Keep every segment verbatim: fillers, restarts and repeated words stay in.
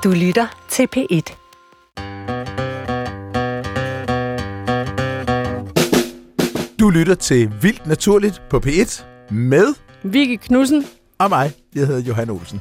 Du lytter til P et. Du lytter til Vildt Naturligt på P et med Vicky Knudsen og mig. Jeg hedder Johan Olsen.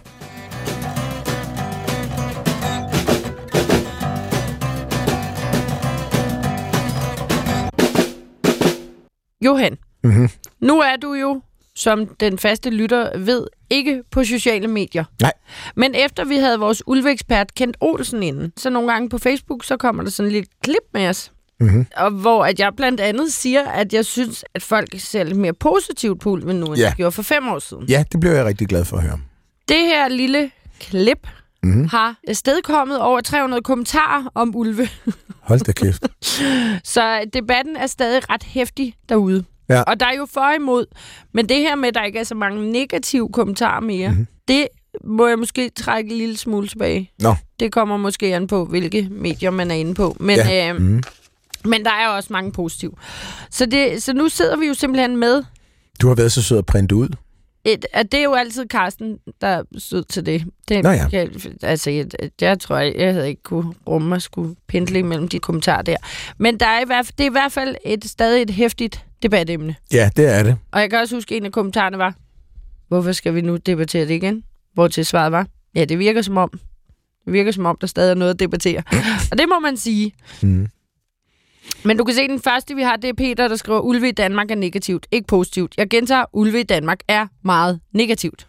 Johan, Mm-hmm. nu er du jo, som den faste lytter ved, ikke på sociale medier. Nej. Men efter vi havde vores ulveekspert Kent Olsen inden, så nogle gange på Facebook, så kommer der sådan et lille klip med os. Mm-hmm. Og hvor at jeg blandt andet siger, at jeg synes, at folk ser lidt mere positivt på ulven nu, end Ja. de gjorde for fem år siden. Ja, det blev jeg rigtig glad for at høre. Det her lille klip Mm-hmm. har afstedkommet over tre hundrede kommentarer om ulve. Hold da kæft. Så debatten er stadig ret heftig derude. Ja. Og der er jo for og imod. Men det her med, at der ikke er så mange negative kommentarer mere, Mhm. det må jeg måske trække en lille smule tilbage. Nå. Det kommer måske an på, hvilke medier man er inde på. Men, Ja. øh, Mm-hmm. men der er også mange positive. Så, det, så nu sidder vi jo simpelthen med Du har været så sød at printe ud. et, at det er jo altid Carsten, der er sød til det. det Nå ja. jeg, altså, jeg, jeg tror, jeg, jeg havde ikke kunne rumme at skulle pendle imellem de kommentarer der. Men der er i hvert fald, det er i hvert fald et, stadig et hæftigt debatemne. Ja, det er det. Og Og jeg kan også huske, at en af kommentarerne var, hvorfor skal vi nu debattere det igen? Hvor til svaret var, ja, det virker som om, det virker som om, der stadig er noget at debattere. Og det må man sige. Mm. Men du kan se, den første, vi har, det er Peter, der skriver, ulve i Danmark er negativt, ikke positivt. Jeg gentager, ulve i Danmark er meget negativt.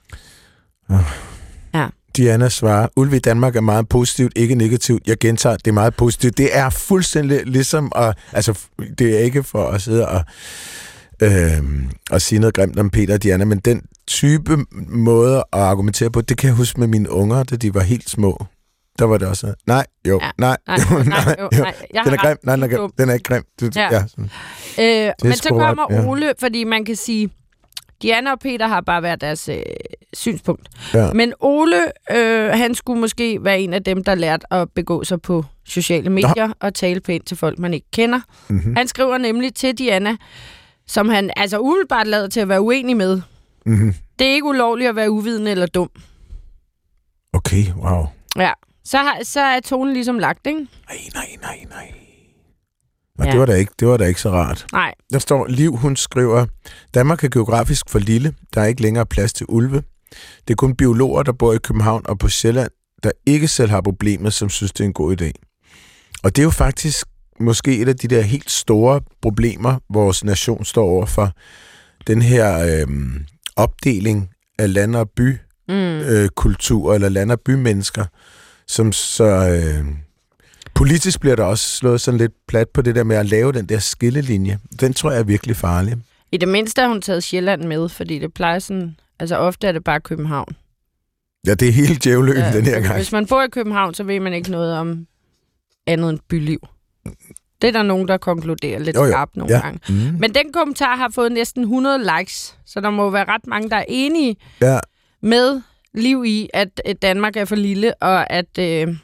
Diana svarer, ulve i Danmark er meget positivt, ikke negativt. Jeg gentager, det er meget positivt. Det er fuldstændig ligesom at, altså, det er ikke for at sidde og, øh, og sige noget grimt om Peter og Diana, men den type måde at argumentere på, det kan jeg huske med mine unger, da de var helt små. Der var det også, nej, jo, Ja, nej, nej, jo, nej, nej, jo, jo. nej. Jeg Den er har grim, nej, den er, ret. grim. Den er ikke grim. Du, Ja. ja. sådan. Øh, men så sgu ret, kommer ja. Ole, fordi man kan sige, Diana og Peter har bare været deres øh, synspunkt. Ja. Men Ole, øh, han skulle måske være en af dem, der lærte at begå sig på sociale medier Nå. og tale pænt til folk, man ikke kender. Mm-hmm. Han skriver nemlig til Diana, som han altså umiddelbart lader til at være uenig med. Mm-hmm. Det er ikke ulovligt at være uvidende eller dum. Okay, wow. Ja, så, har, så er tonen ligesom lagt, ikke? Nej, nej, nej, nej. Og Ja. det var da ikke, det var da ikke så rart. Nej. Der står, Liv, hun skriver, Danmark er geografisk for lille. Der er ikke længere plads til ulve. Det er kun biologer, der bor i København og på Sjælland, der ikke selv har problemet, som synes, det er en god idé. Og det er jo faktisk måske et af de der helt store problemer, vores nation står over for. Den her øh, opdeling af land- og bykultur, Mm. eller land- og bymennesker, som så... Øh, politisk bliver der også slået sådan lidt plat på det der med at lave den der skillelinje. Den tror jeg er virkelig farlig. I det mindste har hun taget Sjælland med, fordi det plejer sådan... Altså ofte er det bare København. Ja, det er helt djævløen Ja, den her gang. Hvis man bor i København, så ved man ikke noget om andet end byliv. Det er der nogen, der konkluderer lidt Jo, jo. skarpt nogle Ja. gange. Mm. Men den kommentar har fået næsten hundrede likes, så der må være ret mange, der er enige Ja, med Liv i, at øh, Danmark er for lille, og at øh,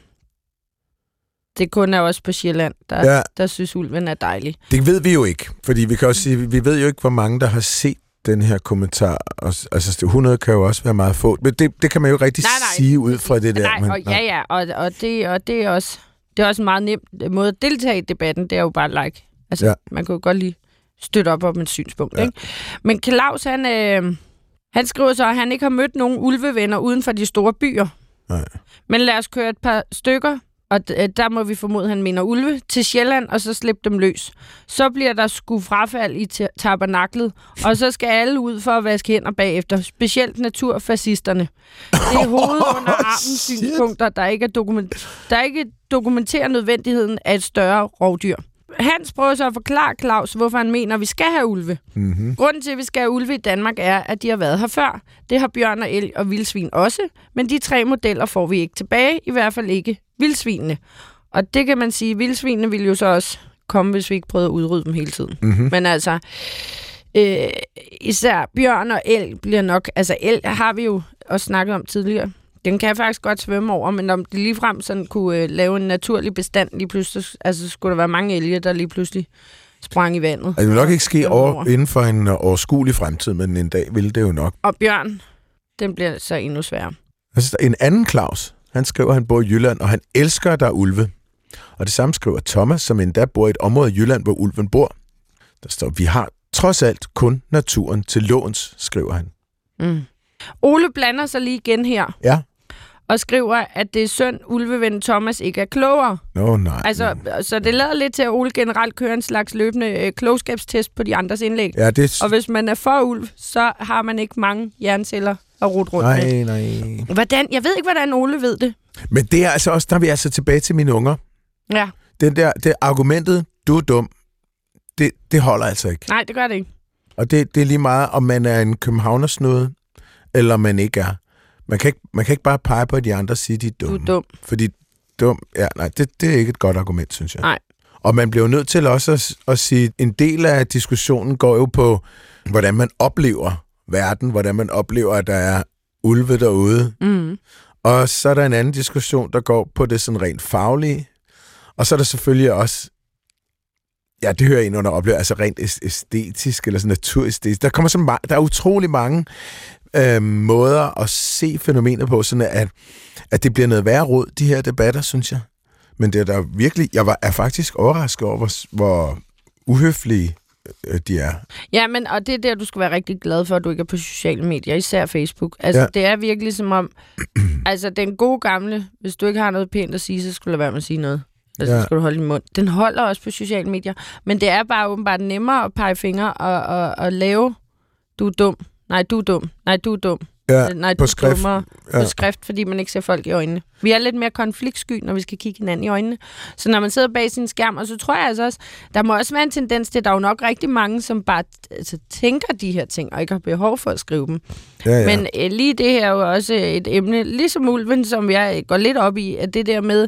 det kun er også på Sjælland, der, ja, der synes, ulven er dejlig. det ved vi jo ikke. Fordi vi kan også sige, vi ved jo ikke, hvor mange, der har set den her kommentar. Og, altså, hundrede kan jo også være meget få. Men det, det kan man jo ikke rigtig Nej, nej. sige ud fra det der. Nej, men, og, ja, ja, og, og, det, og det er også det er også en meget nem måde at deltage i debatten. Det er jo bare like. Altså, Ja. ja. man kan jo godt lige støtte op om et synspunkt. Ja. Ikke? Men Claus, han, øh, han skriver så, at han ikke har mødt nogen ulvevenner uden for de store byer. Nej. Men lad os køre et par stykker, og d- der må vi formode, at han mener ulve, til Sjælland, og så slippe dem løs. Så bliver der sgu frafald i t- tabernaklet, og så skal alle ud for at vaske hænder bagefter, specielt naturfascisterne. Det er hovedet under armen synspunkter, der ikke, er dokument- der ikke dokumenterer nødvendigheden af et større rovdyr. Hans prøver så at forklare Claus, hvorfor han mener, at vi skal have ulve. Mm-hmm. Grunden til, at vi skal have ulve i Danmark, er, at de har været her før. Det har bjørn og elg og vildsvin også, men de tre modeller får vi ikke tilbage, i hvert fald ikke vildsvinene. Og det kan man sige, vildsvinene vil jo så også komme, hvis vi ikke prøver at udrydde dem hele tiden. Mm-hmm. Men altså, øh, især bjørn og elg bliver nok... Altså, elg har vi jo også snakket om tidligere. Den kan faktisk godt svømme over, men om det ligefrem sådan kunne øh, lave en naturlig bestand lige pludselig, altså skulle der være mange elge, der lige pludselig sprang i vandet. Altså, det vil nok ikke ske Svømme over, over. inden for en overskuelig fremtid, men en dag vil det jo nok. Og bjørn, den bliver så endnu sværere. Altså, en anden Claus. Han skriver, at han bor i Jylland, og han elsker, at der er ulve. Og det samme skriver Thomas, som endda bor i et område i Jylland, hvor ulven bor. Der står, vi har trods alt kun naturen til låns, skriver han. Mm. Ole blander sig lige igen her. Ja. Og skriver, at det er synd, ulveven Thomas ikke er klogere. Nå, oh, nej. Altså, så det lader lidt til, at Ole generelt kører en slags løbende øh, klogskabstest på de andres indlæg. Ja, det... Og hvis man er for ulv, så har man ikke mange hjerneceller at rute rundt nej, med. Nej, nej. Hvordan? Jeg ved ikke, hvordan Ole ved det. Men det er altså også, der er vi altså tilbage til mine unger. Ja. Den der, det argumentet, du er dum, det, det holder altså ikke. Nej, det gør det ikke. Og det, det er lige meget, om man er en københavnersnude, eller man ikke er. Man kan ikke, man kan ikke bare pege på, at de andre siger, de er dumme. Du er dum. Fordi dum, ja, nej, det, det er ikke et godt argument, synes jeg. Nej. Og man bliver jo nødt til også at, at sige, en del af diskussionen går jo på, hvordan man oplever verden, hvordan man oplever, at der er ulve derude. Mm. Og så er der en anden diskussion, der går på det sådan rent faglige. Og så er der selvfølgelig også, ja, det hører ind under oplevelse, altså rent æstetisk, eller sådan naturæstetisk. Der kommer så ma- der er utrolig mange øh, måder at se fænomener på, sådan at, at det bliver noget værre råd, de her debatter, synes jeg. Men det er der virkelig, jeg var, er faktisk overrasket over, hvor, hvor uhøflige øh, de er. Ja, men og det er der, du skal være rigtig glad for, at du ikke er på sociale medier, især Facebook. Altså, ja. Det er virkelig som om, altså den gode gamle, hvis du ikke har noget pænt at sige, så skulle du lade være med at sige noget. Altså, ja. Skal du holde din mund. Den holder også på sociale medier. Men det er bare åbenbart nemmere at pege fingre og, og, og lave, du er dum. Nej, du er dum. Nej, du er dum. Ja, Nej, på skrift. Ja. På skrift, fordi man ikke ser folk i øjnene. Vi er lidt mere konfliktsky, når vi skal kigge hinanden i øjnene. Så når man sidder bag sin skærm, og så tror jeg altså også, der må også være en tendens til, der er jo nok rigtig mange, som bare altså, tænker de her ting, og ikke har behov for at skrive dem. Ja, ja. Men øh, lige det her er jo også et emne, ligesom ulven, som jeg går lidt op i, at det der med,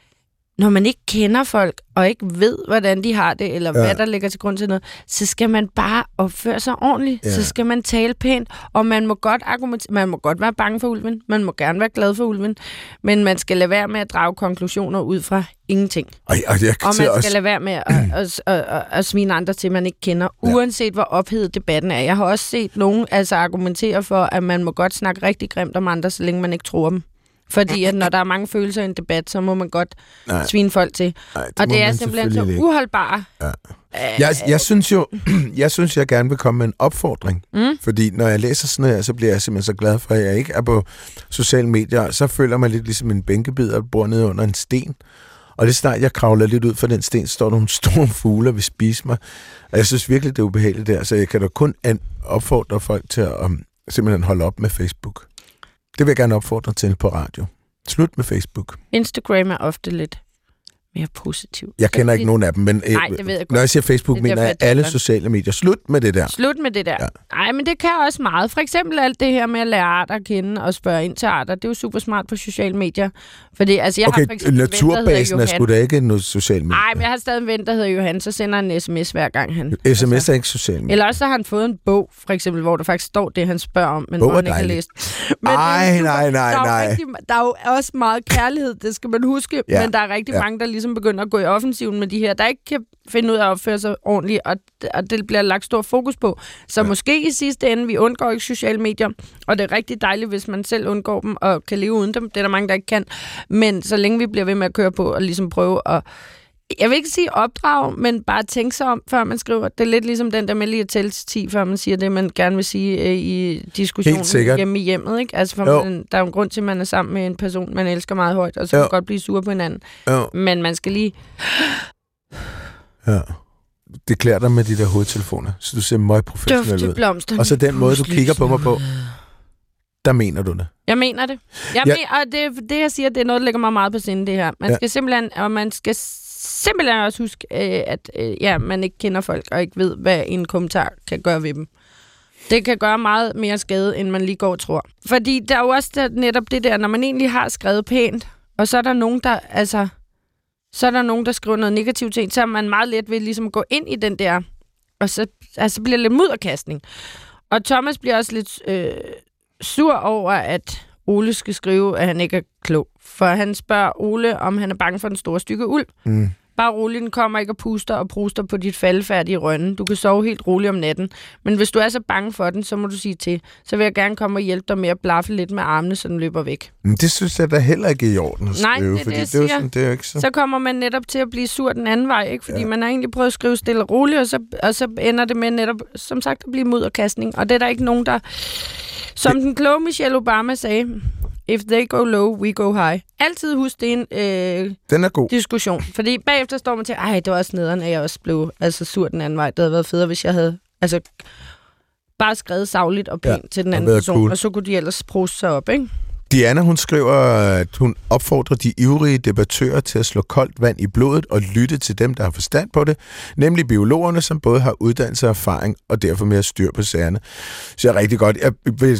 når man ikke kender folk, og ikke ved, hvordan de har det, eller ja. hvad der ligger til grund til noget, så skal man bare opføre sig ordentligt. Ja. Så skal man tale pænt, og man må godt argumentere, man må godt være bange for ulven, man må gerne være glad for ulven, men man skal lade være med at drage konklusioner ud fra ingenting. Og, og, jeg og man skal også... lade være med at, at, at, at, at svine andre til, man ikke kender, uanset ja. hvor ophedet debatten er. Jeg har også set nogen altså argumentere for, at man må godt snakke rigtig grimt om andre, så længe man ikke tror dem. Fordi at når der er mange følelser i en debat, så må man godt Nej. svine folk til. Nej, det og det er simpelthen så uholdbart. Ja. Jeg, jeg synes jo, jeg synes, jeg gerne vil komme med en opfordring. Mm. Fordi når jeg læser sådan her, så bliver jeg simpelthen så glad for, at jeg ikke er på sociale medier. Så føler man lidt ligesom en bænkebid og bor nede under en sten. Og det snart, jeg kravler lidt ud for den sten, så står der nogle store fugle og vil spise mig. Og jeg synes virkelig, det er ubehageligt der. Så jeg kan da kun opfordre folk til at um, simpelthen holde op med Facebook. Det vil jeg gerne opfordre til på radio. Slut med Facebook. Instagram er ofte lidt mere positiv. Jeg kender ikke nogen af dem, men Nej, det ved jeg når jeg siger Facebook, mener jeg alle sociale medier. Slut med det der. Slut med det der. Ja. Nej, men det kan også meget. For eksempel alt det her med at lære arter at kende og spørge ind til arter. Det er jo super smart på sociale medier. Fordi, altså, jeg okay, har for eksempel naturbasen er sgu da ikke noget sociale medier. Nej, men jeg har stadig en ven, der hedder Johan, så sender han en sms hver gang han... S M S altså, er ikke sociale medier. Eller også har han fået en bog, for eksempel, hvor der faktisk står det, han spørger om, men bog hvor han ikke har læst. Men Ej, nej, nej, der nej. Rigtig, der er jo også meget kærlighed, det skal man huske, ja. Men der er rigtig ja. mange, der ligesom begynder at gå i offensiven med de her, der ikke kan finde ud af at opføre sig ordentligt, og, og det bliver lagt stor fokus på. Så ja. måske i sidste ende, vi undgår ikke sociale medier, og det er rigtig dejligt, hvis man selv undgår dem og kan leve uden dem. Det er der mange, der ikke kan. Men så længe vi bliver ved med at køre på og ligesom prøve at, jeg vil ikke sige opdrage, men bare tænke sig om, før man skriver. Det er lidt ligesom den der med lige at tælle til ti, før man siger det, man gerne vil sige øh, i diskussionen hjemme i hjemmet. Ikke? Altså, for man, der er jo en grund til, at man er sammen med en person, man elsker meget højt, og så kan man godt blive sur på hinanden. Jo. Men man skal lige... Ja. Det klæder dig med de der hovedtelefoner, så du ser meget professionel ud. Og så den måde, du kigger på mig på, der mener du det. Jeg mener det. Jeg ja. mener, og det, det, jeg siger, det er noget, der ligger mig meget på sinde, det her. Man ja. skal simpelthen, og man skal simpelthen også huske, at ja, man ikke kender folk, og ikke ved, hvad en kommentar kan gøre ved dem. Det kan gøre meget mere skade, end man lige går og tror. Fordi der er jo også der, netop det der, når man egentlig har skrevet pænt, og så er der nogen, der, altså, så er der nogen, der skriver noget negativt til en, så er man meget let ved ligesom at gå ind i den der, og så altså, bliver det lidt mudderkastning. Og Thomas bliver også lidt øh, sur over, at Ole skal skrive, at han ikke er klog. For han spørger Ole, om han er bange for den store stykke ulv. Mm. Bare roligt, den kommer ikke og puster og pruster på dit faldefærdige rønne. Du kan sove helt roligt om natten. Men hvis du er så bange for den, så må du sige til. Så vil jeg gerne komme og hjælpe dig med at blaffe lidt med armene, så den løber væk. Men det synes jeg da heller ikke er i orden at skrive. Nej, det er fordi det, det, er jo sådan, det er jo ikke så... Så kommer man netop til at blive sur den anden vej, ikke? Fordi ja. man har egentlig prøvet at skrive stille og roligt, og så, og så ender det med netop, som sagt, at blive mudderkastning. Og det er der ikke nogen, der... Som det... den kloge Michelle Obama sagde... If they go low, we go high. Altid husk, det er en øh, den er god. diskussion. Fordi bagefter står man til, ej, det var også nederen, at jeg også blev altså, sur den anden vej. Det havde været federe, hvis jeg havde altså, bare skrevet sagligt og pænt ja, til den anden person, cool. Og så kunne de ellers proste sig op, ikke? Diana, hun skriver, at hun opfordrer de ivrige debattører til at slå koldt vand i blodet og lytte til dem, der har forstand på det, nemlig biologerne, som både har uddannelse og erfaring og derfor mere styr på sagerne. Så jeg er rigtig godt. Jeg,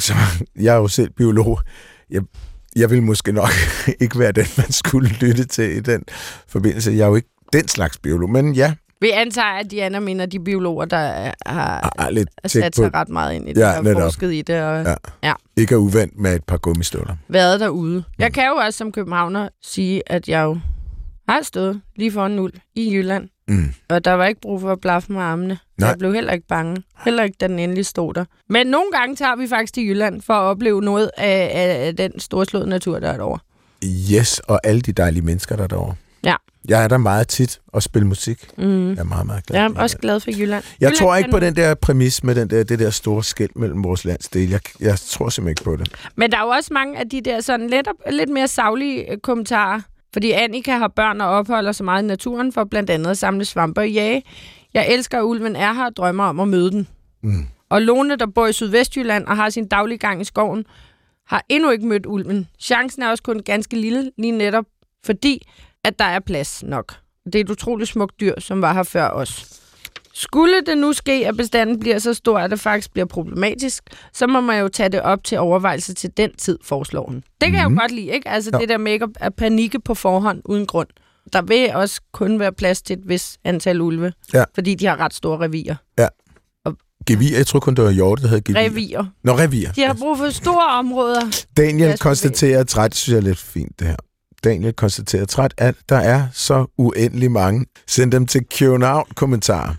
jeg er jo selv biolog. Jeg, jeg vil måske nok ikke være den, man skulle lytte til i den forbindelse. Jeg er jo ikke den slags biolog, men ja. Vi antager, at Diana mener de biologer, der har ah, lidt sat sig ret meget ind i det, ja, og forsket i det. Og, ja. Ja. Ikke er uvandt med et par gummistøvler. Været derude. Jeg kan jo også som københavner sige, at jeg jo har stået lige foran nul i Jylland. Mm. Og der var ikke brug for at blaffe med armene. Nej. Jeg blev heller ikke bange. Heller ikke, da den endelig stod der. Men nogle gange tager vi faktisk til Jylland for at opleve noget af, af den storslåede natur, der er derovre. Yes, og alle de dejlige mennesker, der er derovre. Ja. Jeg er der meget tit og spiller musik. Mm. Jeg er meget, meget glad. Jeg er også glad for Jylland. Jeg Jylland tror ikke på den der præmis med den der, det der store skel mellem vores landsdele. Jeg, jeg tror simpelthen ikke på det. Men der er jo også mange af de der sådan lidt, lidt mere saglige kommentarer. Fordi Annika har børn og opholder sig meget i naturen for blandt andet at samle svampe og jage. Jeg elsker, at ulven er her og drømmer om at møde den. Mm. Og Lone, der bor i Sydvestjylland og har sin daglige gang i skoven, har endnu ikke mødt ulven. Chancen er også kun ganske lille, lige netop fordi, at der er plads nok. Det er et utroligt smukt dyr, som var her før os. Skulle det nu ske, at bestanden bliver så stor, at det faktisk bliver problematisk, så må man jo tage det op til overvejelse til den tid, foreslår hun. Det kan mm-hmm. jeg jo godt lide, ikke? Altså ja. Det der med ikke at panikke på forhånd uden grund. Der vil også kun være plads til et vis antal ulve, ja. Fordi de har ret store revier. Ja. Og gevir, jeg tror kun, det var hjorte, der havde gevir. Revier. Nå, revier. De har brug for store områder. Daniel konstaterer træt, synes jeg er lidt fint, det her. Daniel konstaterer træt, at der er så uendelig mange. Send dem til København-kommentarer.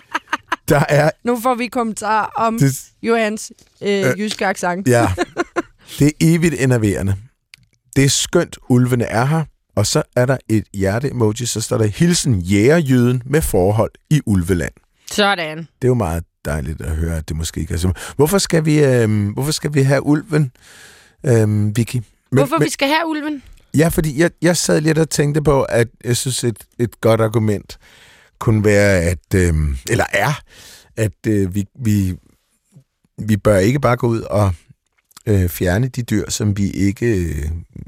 Der er... Nu får vi kommentarer om det... Johans øh, øh, jyske accent. Ja, det er evigt enerverende. Det er skønt, ulvene er her. Og så er der et hjerte-emoji, så står der hilsen jægerjyden med forhold i Ulveland. Sådan. Det er jo meget dejligt at høre, at det måske ikke er så... Hvorfor skal vi, øh, hvorfor skal vi have ulven, øh, Vicky? Men, hvorfor men... vi skal have ulven? Ja, fordi jeg, jeg sad lidt og tænkte på, at jeg synes, et, et godt argument kunne være, at, øh, eller er, at øh, vi, vi, vi bør ikke bare gå ud og øh, fjerne de dyr, som vi ikke, øh,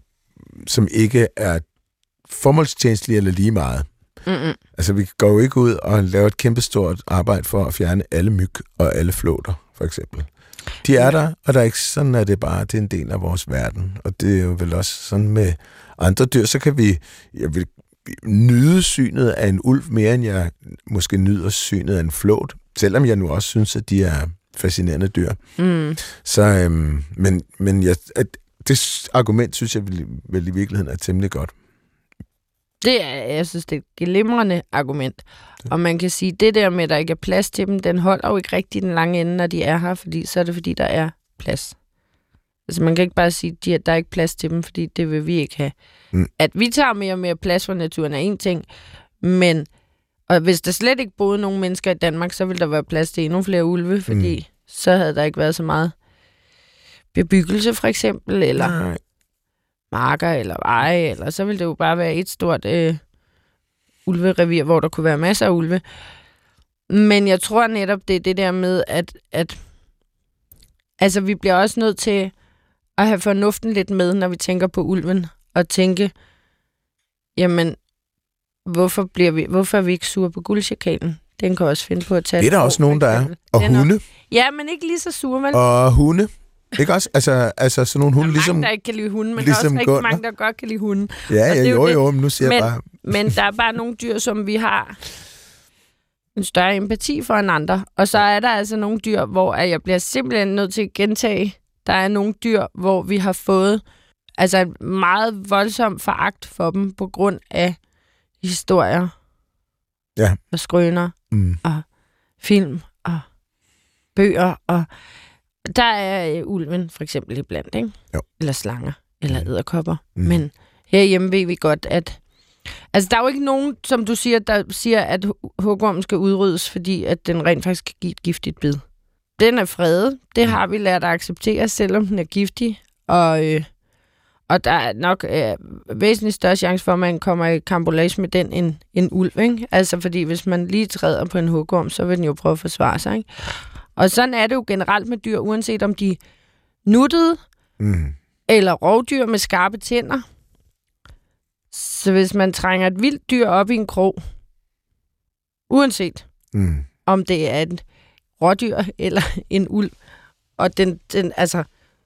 som ikke er formålstjenestelige eller lige meget. Mm-mm. Altså, vi går jo ikke ud og laver et kæmpestort arbejde for at fjerne alle myg og alle flåter, for eksempel. De er der, og der er ikke sådan, at det bare det er en del af vores verden. Og det er jo vel også sådan med andre dyr, så kan vi, jeg vil nyde synet af en ulv mere, end jeg måske nyder synet af en flåt, selvom jeg nu også synes, at de er fascinerende dyr. Mm. Så, øhm, men, men jeg, at det argument, synes jeg vel, vel i virkeligheden er temmelig godt. Det er, jeg synes, det er et glimrende argument. Og man kan sige, det der med, at der ikke er plads til dem, den holder jo ikke rigtig den lange ende, når de er her, fordi så er det, fordi der er plads. Altså, man kan ikke bare sige, at der er ikke plads til dem, fordi det vil vi ikke have. Mm. At vi tager mere og mere plads for naturen er en ting, men og hvis der slet ikke boede nogen mennesker i Danmark, så ville der være plads til endnu flere ulve, fordi mm. så havde der ikke været så meget bebyggelse, for eksempel, eller... Nej. marker eller veje, eller så ville det jo bare være et stort øh, ulverevir, hvor der kunne være masser af ulve. Men jeg tror netop, det er det der med, at, at altså, vi bliver også nødt til at have fornuften lidt med, når vi tænker på ulven, og tænke, jamen, hvorfor, bliver vi, hvorfor er vi ikke sure på guldsjakalen? Den kan også finde på at tage... Det er der også nogen, der er. Og den hunde. Er, ja, men ikke lige så sure, vel? Og hunde. Ikke også? Altså, altså sådan nogle hunde, der er ligesom... mange, der ikke kan lide hunde, men ligesom der er også rigtig mange, der godt kan lide hunde. Ja, ja, jo, jo, jo, men nu siger men, jeg bare... men der er bare nogle dyr, som vi har en større empati for end andre. Og så er der altså nogle dyr, hvor jeg bliver simpelthen nødt til at gentage. Der er nogle dyr, hvor vi har fået altså en meget voldsom foragt for dem på grund af historier Ja. Og skrøner, mm. og film, og bøger, og der er øh, ulven for eksempel iblandt, ikke? Jo. Eller slanger, eller mm. edderkopper. Mm. Men herhjemme ved vi godt, at altså, der er jo ikke nogen, som du siger, der siger, at hugormen skal udryddes, fordi at den rent faktisk kan give et giftigt bid. Den er fredet. Det har vi lært at acceptere, selvom den er giftig. Og, øh, og der er nok øh, væsentligt større chance for, at man kommer i karambolage med den end en ulv, ikke? Altså, fordi hvis man lige træder på en hugorm, så vil den jo prøve at forsvare sig, ikke? Og sådan er det jo generelt med dyr, uanset om de er nuttede, mm. eller rovdyr med skarpe tænder. Så hvis man trænger et vildt dyr op i en krog, uanset mm. om det er et rådyr eller en ulv, og den, den altså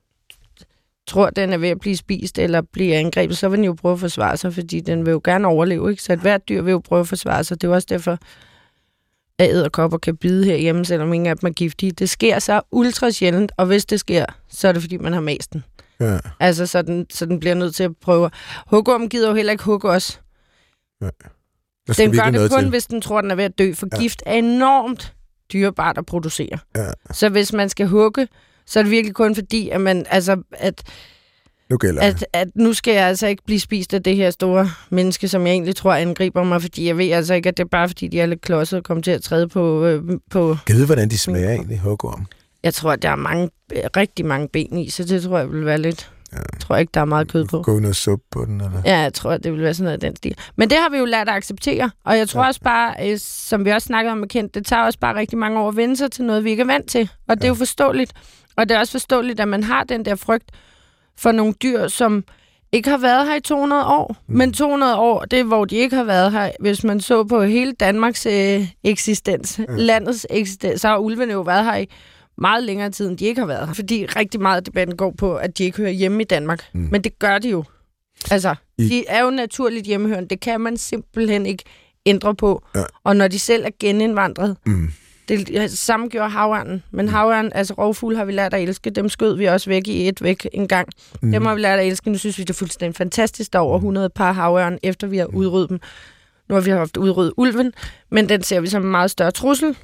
tror, den er ved at blive spist eller blive angrebet, så vil den jo prøve at forsvare sig, fordi den vil jo gerne overleve, ikke? Så et hvert dyr vil jo prøve at forsvare sig. Det er også derfor, at edderkopper kan bide herhjemme, selvom ingen af dem er giftige. Det sker så ultra sjældent, og hvis det sker, så er det fordi, man har mast den. Ja. Altså, så den, så den bliver nødt til at prøve. Hugormen gider jo heller ikke hugge os. Ja. Den gør det kun, til. Hvis den tror, den er ved at dø, for ja. Gift er enormt dyrebart at producere. Ja. Så hvis man skal hugge, så er det virkelig kun fordi, at man, altså, at nu gælder at, at nu skal jeg altså ikke blive spist af det her store menneske, som jeg egentlig tror angriber mig, fordi jeg ved altså ikke, at det er bare fordi, de er lidt klodset og kommer til at træde på... Øh, på kan du vide, hvordan de smager egentlig, hugorm? Jeg tror, at der er mange, rigtig mange ben i, så det tror jeg vil være lidt... Ja. Jeg tror ikke, der er meget kød på. Gå noget suppe på den, eller? Ja, jeg tror, det vil være sådan noget af den stil. Men det har vi jo lært at acceptere, og jeg tror ja. også bare, som vi også snakkede om med Kent, det tager også bare rigtig mange år at vende sig til noget, vi ikke er vant til. Og det ja. er jo forståeligt. Og det er også forståeligt, at man har den der frygt for nogle dyr, som ikke har været her i to hundrede år. Mm. Men to hundrede år, det er, hvor de ikke har været her. Hvis man så på hele Danmarks øh, eksistens, mm. landets eksistens, så har ulvene jo været her i meget længere tid, end de ikke har været her. Fordi rigtig meget af debatten går på, at de ikke hører hjemme i Danmark. Mm. Men det gør de jo. Altså, I... de er jo naturligt hjemmehørende. Det kan man simpelthen ikke ændre på. Ja. Og når de selv er genindvandret, mm. det samme gjorde havørnen. Men havørnen, altså rovfugle, har vi lært at elske. Dem skød vi også væk i et væk en gang. Mm. Dem har vi lært at elske. Nu synes vi, det er fuldstændig fantastisk. Der er over hundrede par havørn, efter vi har udryddet dem. Nu har vi haft udryddet ulven, men den ser vi som en meget større trussel.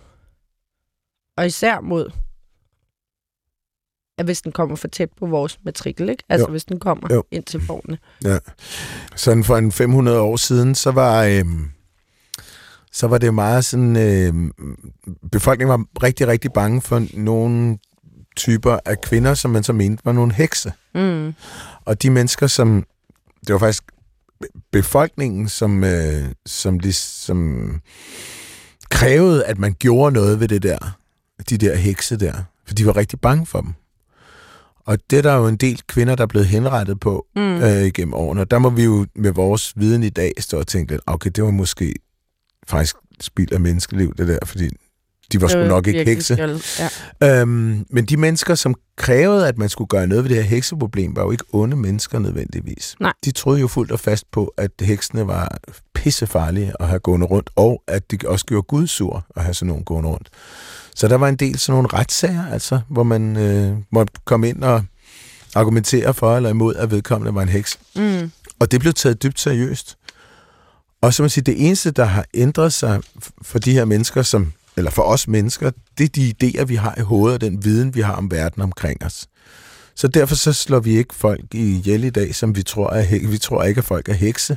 Og især mod... at hvis den kommer for tæt på vores matrikel, ikke? Altså, jo. hvis den kommer jo. ind til borgerne. Ja. Sådan for en fem hundrede år siden, så var, øhm, så var det meget sådan... Øhm, befolkningen var rigtig, rigtig bange for nogle typer af kvinder, som man så mente var nogle hekse. Mm. Og de mennesker, som... Det var faktisk befolkningen, som, øh, som, de, som krævede, at man gjorde noget ved det der. De der hekse der. For de var rigtig bange for dem. Og det er der jo en del kvinder, der er blevet henrettet på mm. øh, igennem årene. Og der må vi jo med vores viden i dag stå og tænke lidt, okay, det var måske faktisk spild af menneskeliv, det der, fordi de var sgu nok ikke hekse. Ja. Øhm, men de mennesker, som krævede, at man skulle gøre noget ved det her hekseproblem, var jo ikke onde mennesker nødvendigvis. Nej. De troede jo fuldt og fast på, at heksene var pissefarlige at have gående rundt, og at de også gjorde Gud sur at have sådan nogen gående rundt. Så der var en del sådan nogle retssager, altså, hvor man øh, måtte komme ind og argumentere for eller imod, at vedkommende var en heks. Mm. Og det blev taget dybt seriøst. Og så man siger, det eneste, der har ændret sig for de her mennesker, som, eller for os mennesker, det er de idéer, vi har i hovedet, og den viden, vi har om verden omkring os. Så derfor så slår vi ikke folk ihjel i dag, som vi tror, er hekse. Vi tror ikke, at folk er hekse.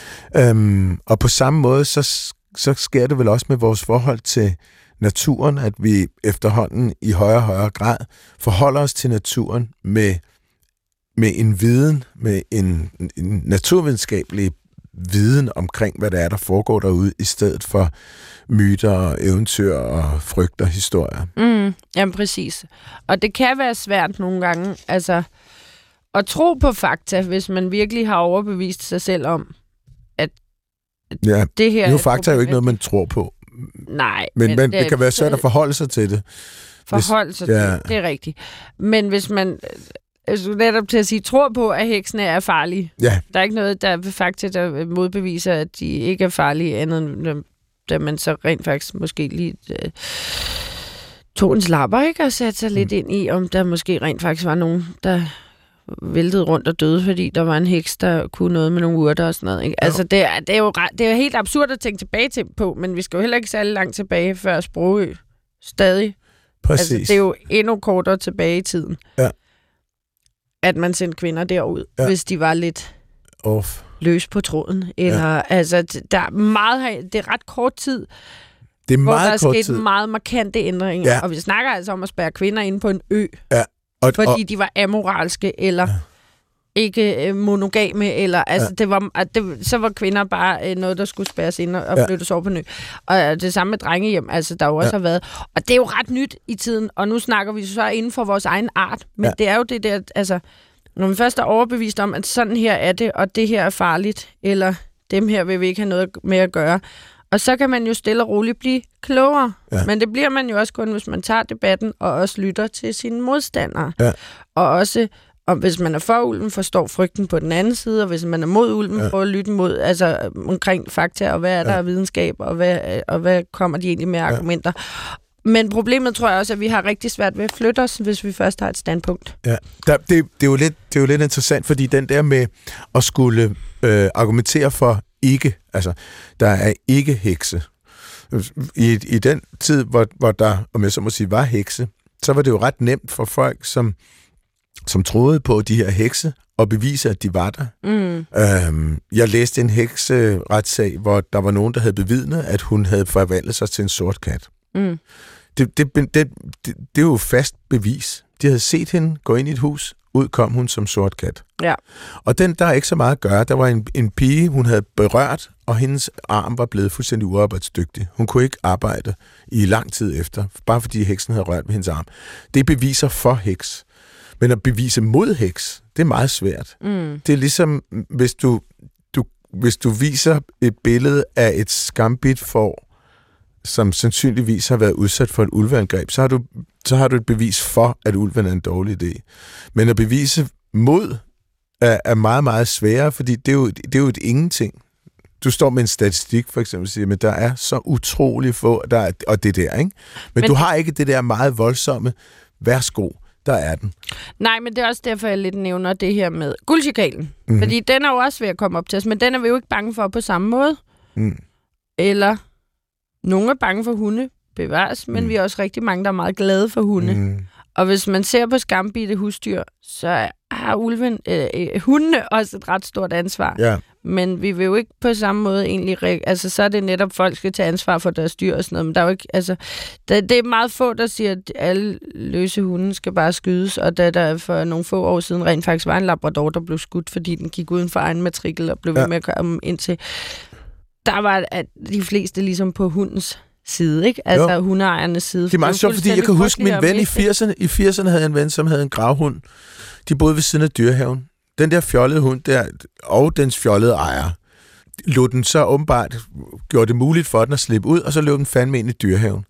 Øhm, og på samme måde, så, så sker det vel også med vores forhold til naturen, at vi efterhånden i højere og højere grad forholder os til naturen med, med en viden, med en, en naturvidenskabelig viden omkring, hvad der er, der foregår derude, i stedet for myter og eventyr og frygt og historier. Mm, jamen præcis. Og det kan være svært nogle gange, altså at tro på fakta, hvis man virkelig har overbevist sig selv om, at ja, det her... Jo, fakta er jo ikke noget, man tror på. Nej. Men, men, men det, det kan være svært at forholde sig til det. Forholde sig hvis, til ja. det, det er rigtigt. Men hvis man... Altså, netop til at sige, tror på, at heksene er farlige. Ja. Der er ikke noget, der faktisk der modbeviser, at de ikke er farlige, andet end da man så rent faktisk måske lige uh, tog en slapper, ikke? Og satte sig mm. lidt ind i, om der måske rent faktisk var nogen, der væltede rundt og døde, fordi der var en heks, der kunne noget med nogle urter og sådan noget. Ikke? Altså, det er, det, er jo, det er jo helt absurd at tænke tilbage til på, men vi skal jo heller ikke særlig langt tilbage, før Sprogø stadig. Præcis. Altså, det er jo endnu kortere tilbage i tiden. Ja. At man sendte kvinder derud, ja. Hvis de var lidt Off. løs på tråden. Eller, ja. Altså, der er meget, det er ret kort tid, det er hvor meget der er kort sket tid. meget markante ændringer. Ja. Og vi snakker altså om at spærre kvinder inde på en ø. Ja. Og, fordi og, de var amoralske, eller ja. ikke øh, monogame, eller altså ja. det var, at det, så var kvinder bare øh, noget, der skulle spærres ind og ja. flyttes over på ny. Og øh, det samme med drengehjem, altså der jo også ja. har været. Og det er jo ret nyt i tiden, og nu snakker vi så inden for vores egen art. Men ja. det er jo det der, altså, når man først er overbevist om, at sådan her er det, og det her er farligt, eller dem her vil vi ikke have noget med at gøre. Og så kan man jo stille og roligt blive klogere. Ja. Men det bliver man jo også kun, hvis man tager debatten og også lytter til sine modstandere. Ja. Og også, og hvis man er for ulven, forstår frygten på den anden side, og hvis man er mod ulven, ja. prøver at lytte mod, altså omkring fakta, og hvad er der af ja. videnskab, og hvad, og hvad kommer de egentlig med ja. argumenter. Men problemet tror jeg også, at vi har rigtig svært ved at flytte os, hvis vi først har et standpunkt. Ja, der, det, det, er jo lidt, det er jo lidt interessant, fordi den der med at skulle øh, argumentere for ikke, altså, der er ikke hekse. I, i den tid, hvor, hvor der, om jeg så må sige, var hekse, så var det jo ret nemt for folk, som, som troede på de her hekse, at bevise, at de var der. Mm. Øhm, jeg læste en hekseretssag, hvor der var nogen, der havde bevidnet, at hun havde forvandlet sig til en sort kat. Mm. Det, det, det, det, det er jo fast bevis. De havde set hende gå ind i et hus, ud kom hun som sort kat. Ja. Og den, der er ikke så meget at gøre. Der var en, en pige, hun havde berørt, og hendes arm var blevet fuldstændig uarbejdsdygtig. Hun kunne ikke arbejde i lang tid efter, bare fordi heksen havde rørt ved hendes arm. Det beviser for heks. Men at bevise mod heks, det er meget svært. Mm. Det er ligesom, hvis du, du, hvis du viser et billede af et skambit får, som sandsynligvis har været udsat for et ulveangreb, så har du, så har du et bevis for, at ulven er en dårlig idé. Men at bevise mod er, er meget, meget sværere, fordi det er, jo, det er jo et ingenting. Du står med en statistik, for eksempel, og siger, men der er så utrolig få, der er, og det der, ikke? Men, men du har ikke det der meget voldsomme, værsgo, der er den. Nej, men det er også derfor, jeg lidt nævner det her med guldchikalen. Mm-hmm. Fordi den er jo også ved at komme op til os, men den er vi jo ikke bange for på samme måde. Mm. Eller nogle er bange for hunde, bevares, men mm. vi er også rigtig mange, der er meget glade for hunde. Mm. Og hvis man ser på skambidte husdyr, så har ulven, øh, øh, hundene også et ret stort ansvar. Ja. Men vi vil jo ikke på samme måde egentlig... Altså, så er det netop, folk skal tage ansvar for deres dyr og sådan noget. Men der er jo ikke... Altså, det, det er meget få, der siger, at alle løse hunde skal bare skydes. Og da der for nogle få år siden rent faktisk var en labrador, der blev skudt, fordi den gik uden for egen matrikel og blev ja. ved med at komme ind til... Der var at de fleste ligesom på hundens side, ikke? Altså jo. Hundeejernes side. Det er meget sjovt, fordi jeg kan huske min ven i firserne. I firserne havde jeg en ven, som havde en gravhund. De boede ved siden af dyrehaven. Den der fjollede hund der, og dens fjollede ejer, lod den så åbenbart, gjorde det muligt for den at slippe ud, og så løb den fandme ind i dyrehaven.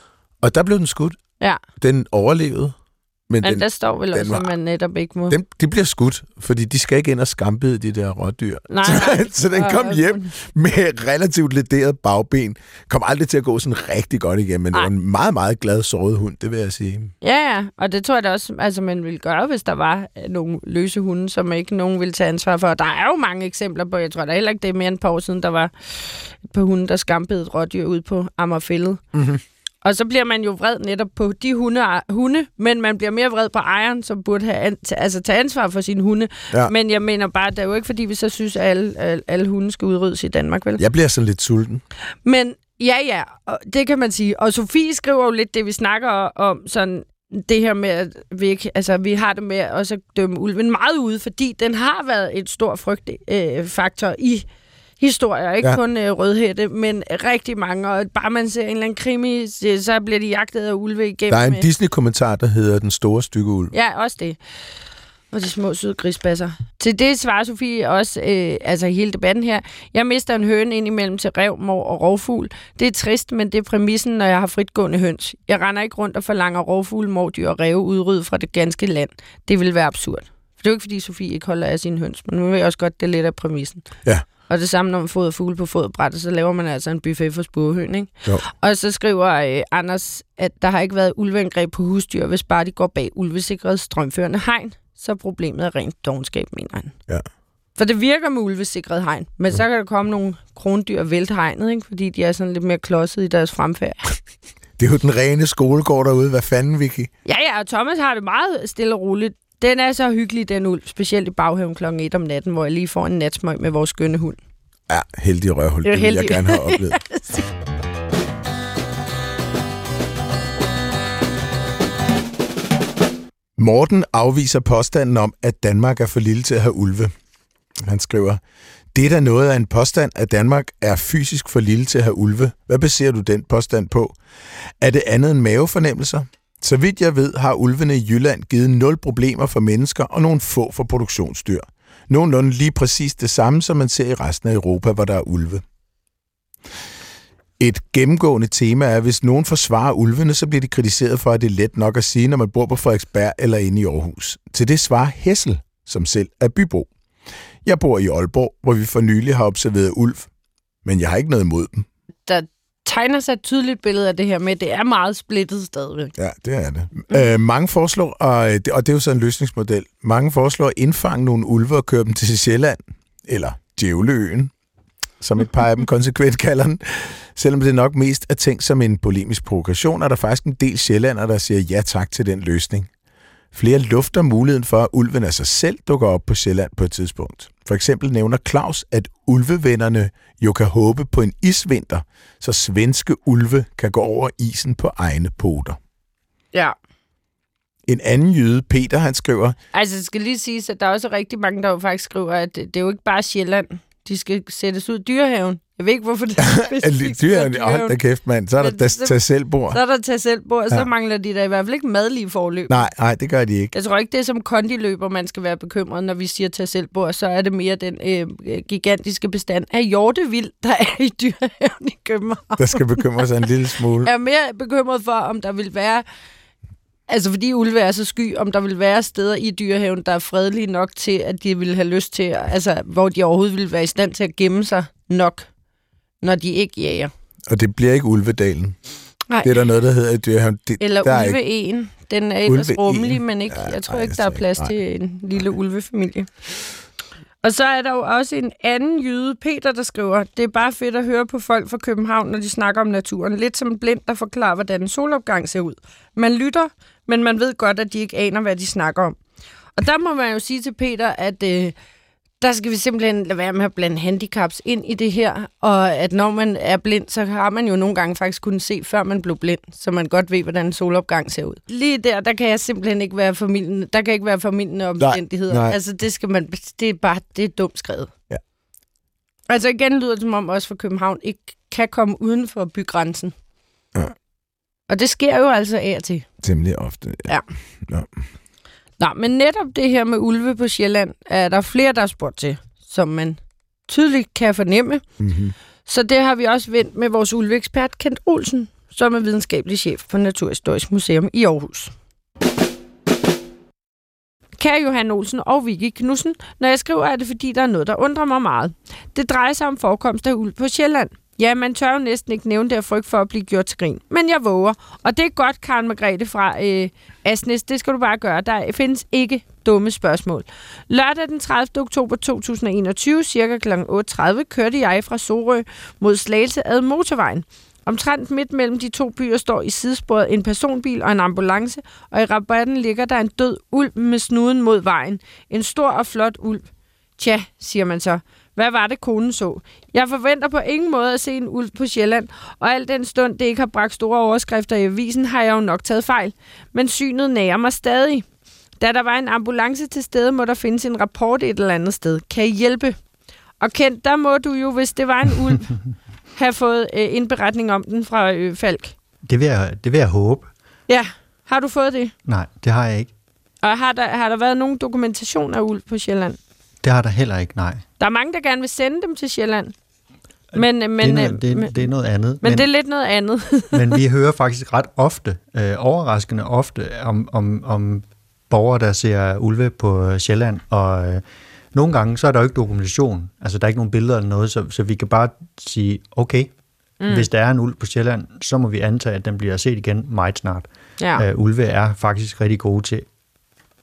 Og der blev den skudt. Ja. Den overlevede. Men, men den, der står vel også, at man netop ikke må... Den, de bliver skudt, fordi de skal ikke ind og skambide de der rådyr. Nej, så, nej. så den kom øh, hjem med relativt lederet bagben. Kom aldrig til at gå sådan rigtig godt igennem, men nej. Det var en meget, meget glad såret hund, det vil jeg sige. Ja, ja, og det tror jeg da også, altså man ville gøre, hvis der var nogle løse hunde, som ikke nogen ville tage ansvar for. Der er jo mange eksempler på, jeg tror da heller ikke, det er mere end et par år siden, der var et par hunde, der skambede et rådyr ud på Amagerfælled. Mhm. Og så bliver man jo vred netop på de hunde, hunde, men man bliver mere vred på ejeren, som burde have an, altså tage ansvar for sine hunde. Ja. Men jeg mener bare, det er jo ikke, fordi vi så synes, at alle, alle, alle hunde skal udryddes i Danmark, vel? Jeg bliver sådan lidt sulten. Men ja, ja, det kan man sige. Og Sofie skriver jo lidt det, vi snakker om, sådan det her med, at vi, ikke, altså, vi har det med at også dømme ulven meget ude, fordi den har været et stor frygtfaktor øh, i historier, ikke ja. kun øh, rødhætte, men rigtig mange, og bare man ser en eller anden krimi, så bliver de jagtet af ulve igennem. Der er en Disney-kommentar, der hedder Den store stykke ulv. Ja, også det. Og de små søde grisbasser. Til det svarer Sofie også, øh, altså i hele debatten her, jeg mister en høne ind imellem til ræv, mor og rovfugl. Det er trist, men det er præmissen, når jeg har fritgående høns. Jeg render ikke rundt og forlanger rovfugl, mordyr og ræve udryddet fra det ganske land. Det vil være absurd. For det er jo ikke, fordi Sofie ikke holder af sine høns, men nu ved jeg også godt, det er lidt af præmissen. Ja. Og det samme, når man fodrer fugle på fodbrættet, så laver man altså en buffet for spurvehøn, ikke? Jo. Og så skriver øh, Anders, at der har ikke været ulveangreb på husdyr, hvis bare de går bag ulvesikret strømførende hegn. så problemet er rent dovenskab, mener han. Ja. For det virker med ulvesikret hegn, men mm. så kan der komme nogle krondyr og vælte hegnet, ikke? Fordi de er sådan lidt mere klodset i deres fremfærd. Det er jo den rene skolegård derude. Hvad fanden, Vicky? Ja, ja, og Thomas har det meget stille og roligt. Den er så hyggelig, den ulv, specielt i baghaven klokken et om natten, hvor jeg lige får en natsmøg med vores skønne hund. Ja, heldig røvhul. Det vil jeg gerne have oplevet. Morten afviser påstanden om, at Danmark er for lille til at have ulve. Han skriver, det er da noget af en påstand, at Danmark er fysisk for lille til at have ulve. Hvad baserer du den påstand på? Er det andet end mavefornemmelser? Så vidt jeg ved, har ulvene i Jylland givet nul problemer for mennesker og nogle få for produktionsdyr. Nogenlunde lige præcis det samme, som man ser i resten af Europa, hvor der er ulve. Et gennemgående tema er, at hvis nogen forsvarer ulvene, så bliver de kritiseret for, at det er let nok at sige, når man bor på Frederiksberg eller inde i Aarhus. Til det svarer Hessel, som selv er bybo. Jeg bor i Aalborg, hvor vi for nylig har observeret ulv, men jeg har ikke noget imod dem. Der tegner sig et tydeligt billede af det her med, at det er meget splittet stadigvæk. Ja, det er det. Mm. Øh, mange foreslår, og det, og det er jo så en løsningsmodel, mange foreslår at indfange nogle ulve og køre dem til Sjælland, eller Djævleøen, som et par af dem konsekvent kalder den. Selvom det nok mest er tænkt som en polemisk provokation, er der faktisk en del sjællandere, der siger ja tak til den løsning. Flere lufter muligheden for, at ulven af sig selv dukker op på Sjælland på et tidspunkt. For eksempel nævner Claus, at ulvevennerne jo kan håbe på en isvinter, så svenske ulve kan gå over isen på egne poter. Ja. En anden jyde, Peter, han skriver... Altså, det skal lige siges, at der er også rigtig mange, der jo faktisk skriver, at det er jo ikke bare Sjælland. De skal sættes ud i Dyrehaven. Jeg ved ikke, hvorfor det er specifikt. Dyrehaven, hold da kæft, mand. Så er der tag selvbord. Så er der tag selvbord, og så ja. mangler de der i hvert fald ikke madlige forløb. Nej, nej, det gør de ikke. Jeg tror ikke, det er som kondiløber, man skal være bekymret, når vi siger tag selvbord. Så er det mere den øh, gigantiske bestand af hjortevild, der er i Dyrehaven i København. Der skal bekymre sig en lille smule. Jeg er mere bekymret for, om der vil være... Altså, fordi ulve er så sky, om der vil være steder i Dyrehaven, der er fredelige nok til, at de vil have lyst til, altså, hvor de overhovedet vil være i stand til at gemme sig nok, når de ikke jager. Og det bliver ikke Ulvedalen. Nej. Det er der noget, der hedder Dyrehaven. Det, Eller Ulve-en. Ikke... Den er ellers rummelig, men ikke, ja, jeg tror nej, ikke, der er plads nej. til en lille ulvefamilie. Og så er der jo også en anden jyde, Peter, der skriver, det er bare fedt at høre på folk fra København, når de snakker om naturen. Lidt som en blind, der forklarer, hvordan en solopgang ser ud. Man lytter, men man ved godt, at de ikke aner, hvad de snakker om. Og der må man jo sige til Peter, at øh, der skal vi simpelthen lade være med at blande handicaps ind i det her. Og at når man er blind, så har man jo nogle gange faktisk kunnet se, før man blev blind, så man godt ved, hvordan en solopgang ser ud. Lige der, der kan jeg simpelthen ikke være familien, der kan ikke være familien omstændigheder. Nej, nej. Altså det skal man, det er bare, det er dumt skrevet. Ja. Altså igen lyder det som om også for København ikke kan komme uden for bygrænsen. Ja. Og det sker jo altså af og til. Temmelig ofte. Ja. Ja. Nå, men netop det her med ulve på Sjælland, er der flere, der har spurgt til, som man tydeligt kan fornemme. Mm-hmm. Så det har vi også vendt med vores ulveekspert Kent Olsen, som er videnskabelig chef på Naturhistorisk Museum i Aarhus. Kære Johan Olsen og Vicky Knudsen, når jeg skriver, er det fordi, der er noget, der undrer mig meget. Det drejer sig om forekomst af ulv på Sjælland. Ja, man tør jo næsten ikke nævne det af frygt for at blive gjort til grin. Men jeg våger. Og det er godt, Karen Margrethe fra øh, Asnes. Det skal du bare gøre. Der findes ikke dumme spørgsmål. Lørdag den tredivte oktober to tusind og enogtyve, cirka klokken otte tredive, kørte jeg fra Sorø mod Slagelse ad motorvejen. Omtrent midt mellem de to byer står i sidesporet en personbil og en ambulance, og i rabatten ligger der en død ulv med snuden mod vejen. En stor og flot ulv. Tja, siger man så. Hvad var det, konen så? Jeg forventer på ingen måde at se en ulv på Sjælland, og al den stund, det ikke har bragt store overskrifter i avisen, har jeg jo nok taget fejl. Men synet nærer mig stadig. Da der var en ambulance til stede, må der findes en rapport et eller andet sted. Kan I hjælpe? Og Kent, der må du jo, hvis det var en ulv, have fået øh, en beretning om den fra øh, Falk. Det vil, jeg, det vil jeg håbe. Ja, har du fået det? Nej, det har jeg ikke. Og har der, har der været nogen dokumentation af ulv på Sjælland? Det har der heller ikke, nej. Der er mange, der gerne vil sende dem til Sjælland. Men, men, det, er noget, det, men, det er noget andet. Men, men det er lidt noget andet. Men vi hører faktisk ret ofte, øh, overraskende ofte, om, om, om borgere, der ser ulve på Sjælland. Og øh, nogle gange, så er der jo ikke dokumentation. Altså, der er ikke nogen billeder eller noget, så, så vi kan bare sige, okay, mm. hvis der er en ulv på Sjælland, så må vi antage, at den bliver set igen meget snart. Ja. Øh, ulve er faktisk rigtig gode til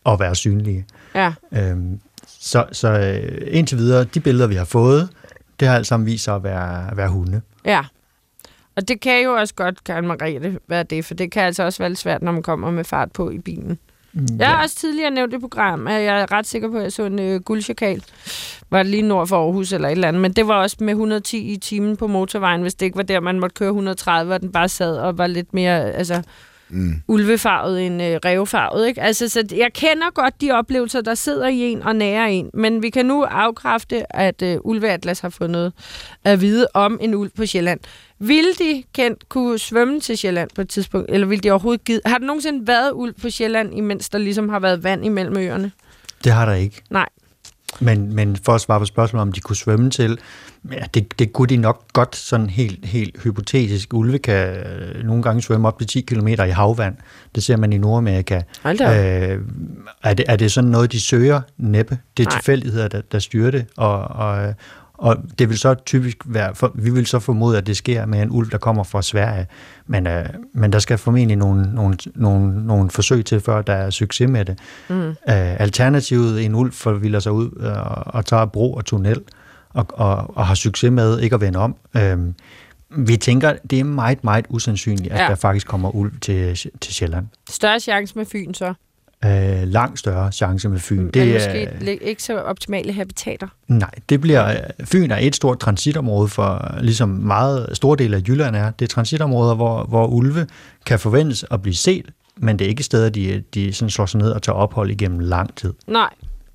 at være synlige. Ja. Øhm, så, så indtil videre, de billeder, vi har fået, det har alt sammen vist sig at være, at være hunde. Ja. Og det kan jo også godt, Karen Margrethe, være det, for det kan altså også være lidt svært, når man kommer med fart på i bilen. Ja. Jeg har også tidligere nævnt det program, at jeg er ret sikker på, at jeg så en øh, guldchakal. Var det lige nord for Aarhus eller et eller andet, men det var også med et hundrede og ti i timen på motorvejen, hvis det ikke var der, man måtte køre et hundrede og tredive, og den bare sad og var lidt mere altså, mm. ulvefarvet end øh, rævefarvet. Ikke? Altså, så jeg kender godt de oplevelser, der sidder i en og nærer en, men vi kan nu afkræfte, at øh, Ulveatlas har fået noget at vide om en ulv på Sjælland. Ville de, Kent, kunne svømme til Sjælland på et tidspunkt, eller ville de overhovedet give? Har der nogensinde været ulv på Sjælland, imens der ligesom har været vand imellem øerne? Det har der ikke. Nej. Men, men for at svare på spørgsmålet, om de kunne svømme til, ja, det, det kunne de nok godt sådan helt, helt hypotetisk. Ulve kan nogle gange svømme op til ti kilometer i havvand. Det ser man i Nordamerika. Øh, er, det, er det sådan noget, de søger? Næppe. Det er tilfældigheder, der, der styrer det, og, og Og det vil så typisk være, for, vi vil så formode, at det sker med en ulv, der kommer fra Sverige, men, øh, men der skal formentlig nogle, nogle, nogle, nogle forsøg til, før der er succes med det. Mm. Øh, alternativet, en ulv forvilder sig ud øh, og tager bro og tunnel, og, og, og har succes med ikke at vende om. Øh, vi tænker, det er meget, meget usandsynligt, at ja. der faktisk kommer ulv til, til Sjælland. Større chance med Fyn så? Øh, langt større chance med Fyn. Men det er måske ikke så optimale habitater? Nej, det bliver, Fyn er et stort transitområde for, ligesom meget store dele af Jylland er. Det er transitområder, hvor, hvor ulve kan forventes at blive set, men det er ikke steder, de, de sådan slår sig ned og tager ophold igennem lang tid. Nej.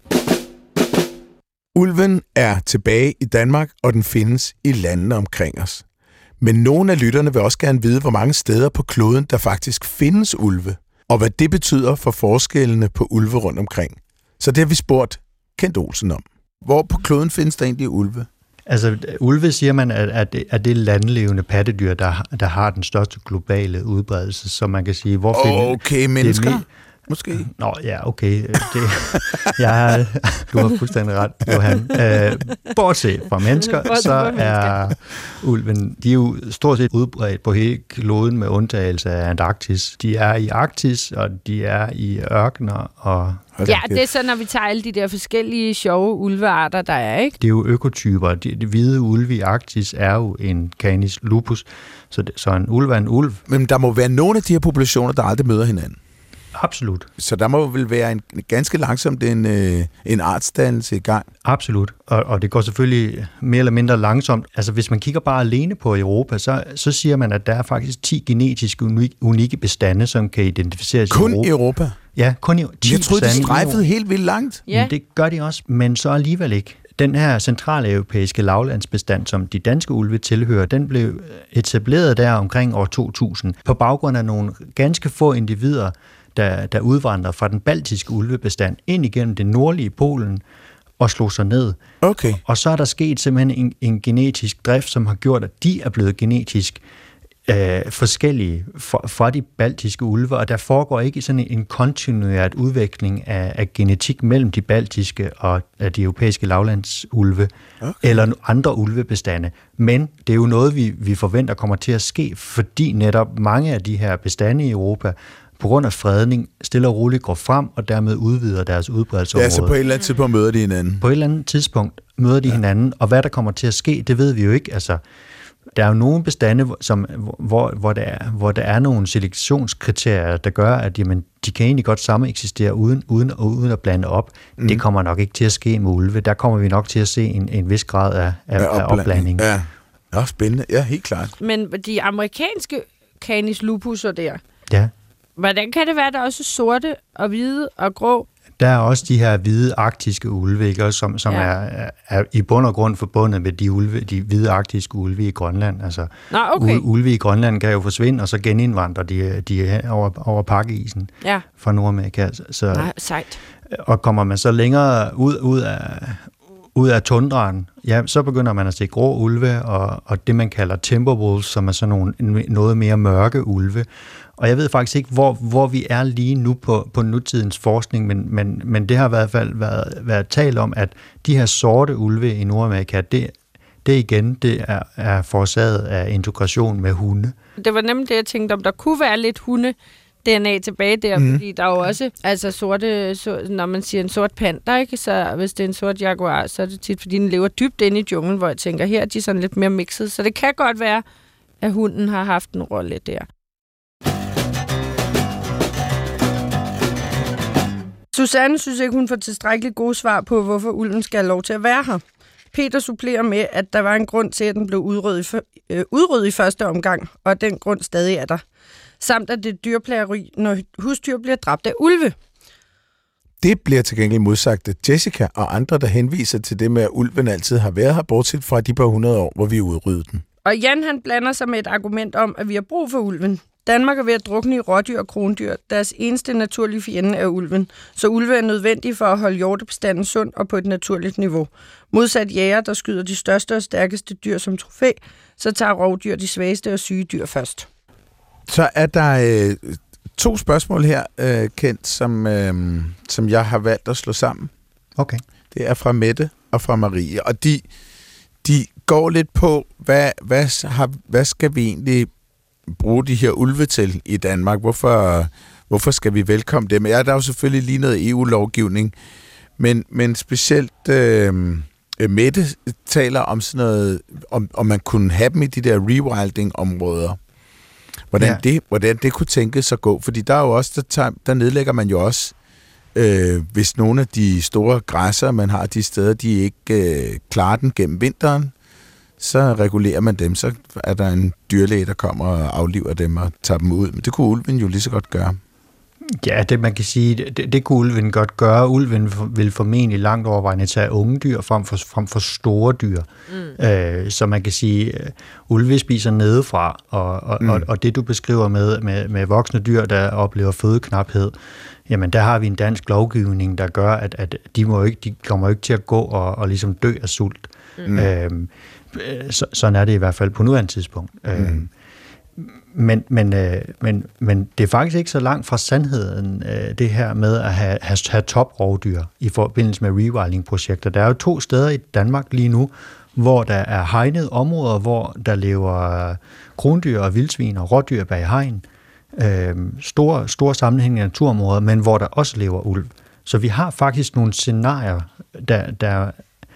Ulven er tilbage i Danmark, og den findes i landene omkring os. Men nogle af lytterne vil også gerne vide, hvor mange steder på kloden, der faktisk findes ulve, og hvad det betyder for forskellene på ulve rundt omkring. Så det har vi spurgt Kent Olsen om. Hvor på kloden findes der egentlig ulve? Altså, ulve siger man, at, at, det, at det er landlevende pattedyr, der, der har den største globale udbredelse, så man kan sige, hvor findes... Okay, mennesker? Det, måske? Nå, ja, okay. Det, jeg, du har fuldstændig ret, Johan. Øh, bortset fra mennesker, så er ulven, de er jo stort set udbredt på hele kloden med undtagelse af Antarktis. De er i Arktis, og de er i ørkener, og... Ja, det er så, når vi tager alle de der forskellige sjove ulvearter, der er, ikke? Det er jo økotyper. De, de hvide ulve i Arktis er jo en Canis lupus, så, det, så en ulv er en ulv. Men der må være nogle af de her populationer, der aldrig møder hinanden. Absolut. Så der må vel være en ganske langsomt en, øh, en artsdannelse i gang? Absolut, og, og det går selvfølgelig mere eller mindre langsomt. Altså hvis man kigger bare alene på Europa, så, så siger man, at der er faktisk ti genetisk unik, unikke bestande, som kan identificeres kun i Europa. Kun i Europa? Ja, kun i ti. Jeg troede, de strejfede helt vildt langt. Ja. Men det gør de også, men så alligevel ikke. Den her centraleuropæiske lavlandsbestand, som de danske ulve tilhører, den blev etableret der omkring år to tusind på baggrund af nogle ganske få individer, der, der udvandrer fra den baltiske ulvebestand ind igennem det nordlige Polen og slog sig ned. Okay. Og så er der sket simpelthen en, en genetisk drift, som har gjort, at de er blevet genetisk øh, forskellige fra, fra de baltiske ulve, og der foregår ikke sådan en kontinuert udvikling af, af genetik mellem de baltiske og de europæiske lavlandsulve, okay, eller andre ulvebestande. Men det er jo noget, vi, vi forventer kommer til at ske, fordi netop mange af de her bestande i Europa på grund af fredning, stille og roligt går frem, og dermed udvider deres udbredelsesområde. Ja, så på et eller andet tidspunkt møder de hinanden. På et eller andet tidspunkt møder de ja. hinanden, og hvad der kommer til at ske, det ved vi jo ikke. Altså, der er jo nogle bestande, som, hvor, hvor, der er, hvor der er nogle selektionskriterier, der gør, at jamen, de kan egentlig godt samme eksistere uden, uden, uden at blande op. Mm. Det kommer nok ikke til at ske med ulve. Der kommer vi nok til at se en, en vis grad af, af, ja, af opblanding. Ja. Ja, spændende. Ja, helt klart. Men de amerikanske Canis lupusser der, ja. hvordan kan det være, der er også sorte og hvide og grå? Der er også de her hvide arktiske ulve, ikke? Som, som ja. er, er i bund og grund forbundet med de, ulve, de hvide arktiske ulve i Grønland. Altså, Nå, okay. Ulve i Grønland kan jo forsvinde, og så genindvandrer de, de over, over pakkeisen ja. fra Nordamerika. Så, Nej, sejt. Og kommer man så længere ud, ud af... ud af tundraen, ja, så begynder man at se grå ulve, og, og det, man kalder timberwolves, som er sådan nogle noget mere mørke ulve. Og jeg ved faktisk ikke, hvor, hvor vi er lige nu på, på nutidens forskning, men, men, men det har i hvert fald været, været talt om, at de her sorte ulve i Nordamerika, det, det igen, det er, er forårsaget af integration med hunde. Det var nemlig det, jeg tænkte, om der kunne være lidt hunde D N A tilbage der, mm. fordi der er jo også altså sorte, så, når man siger en sort panter, ikke? Så hvis det er en sort jaguar, så er det tit, fordi den lever dybt inde i junglen, hvor jeg tænker, her er de sådan lidt mere mixet. Så det kan godt være, at hunden har haft en rolle der. Susanne synes ikke, hun får tilstrækkeligt gode svar på, hvorfor ulven skal have lov til at være her. Peter supplerer med, at der var en grund til, at den blev udryddet i, øh, udryddet i første omgang, og at den grund stadig er der. Samt at det er dyrplageri, når husdyr bliver dræbt af ulve. Det bliver til gengæld modsagt af Jessica og andre, der henviser til det med, at ulven altid har været her, bortset fra de par hundrede år, hvor vi udryddede den. Og Jan han blander sig med et argument om, at vi har brug for ulven. Danmark er ved at drukne i rådyr og krondyr. Deres eneste naturlige fjende er ulven. Så ulve er nødvendige for at holde hjortebestanden sund og på et naturligt niveau. Modsat jæger, der skyder de største og stærkeste dyr som trofæ, så tager rovdyr de svageste og syge dyr først. Så er der øh, to spørgsmål her, øh, Kent, som, øh, som jeg har valgt at slå sammen. Okay. Det er fra Mette og fra Marie, og de, de går lidt på, hvad, hvad, har, hvad skal vi egentlig bruge de her ulve til i Danmark? Hvorfor, hvorfor skal vi velkomme dem? Ja, der er jo selvfølgelig lige noget E U-lovgivning, men, men specielt øh, Mette taler om sådan noget, om, om man kunne have dem i de der rewilding-områder. Hvordan, ja. det, hvordan det kunne tænkes at gå, fordi der er jo også, der, tager, der nedlægger man jo også, øh, hvis nogle af de store græsser, man har de steder, de ikke øh, klarer den gennem vinteren, så regulerer man dem, så er der en dyrlæge, der kommer og afliver dem og tager dem ud. Men det kunne ulven jo lige så godt gøre. Ja, det man kan sige, det, det kunne ulven godt gøre. Ulven vil formentlig langt overvejende tage unge dyr frem for, frem for store dyr. Mm. Øh, så man kan sige, uh, ulve spiser nedefra, og, og, mm. og, og det du beskriver med, med, med voksne dyr, der oplever fødeknaphed, jamen der har vi en dansk lovgivning, der gør, at, at de, må ikke, de kommer ikke til at gå og, og ligesom dø af sult. Mm. Øh, så, sådan er det i hvert fald på nuværende tidspunkt. Mm. Øh, Men, men, øh, men, men det er faktisk ikke så langt fra sandheden, øh, det her med at have, have, have toprovdyr i forbindelse med rewilding-projekter. Der er jo to steder i Danmark lige nu, hvor der er hegnede områder, hvor der lever krondyr og vildsvin og rådyr bag hegn. Øh, store, store sammenhængende naturområder, men hvor der også lever ulv. Så vi har faktisk nogle scenarier, der, der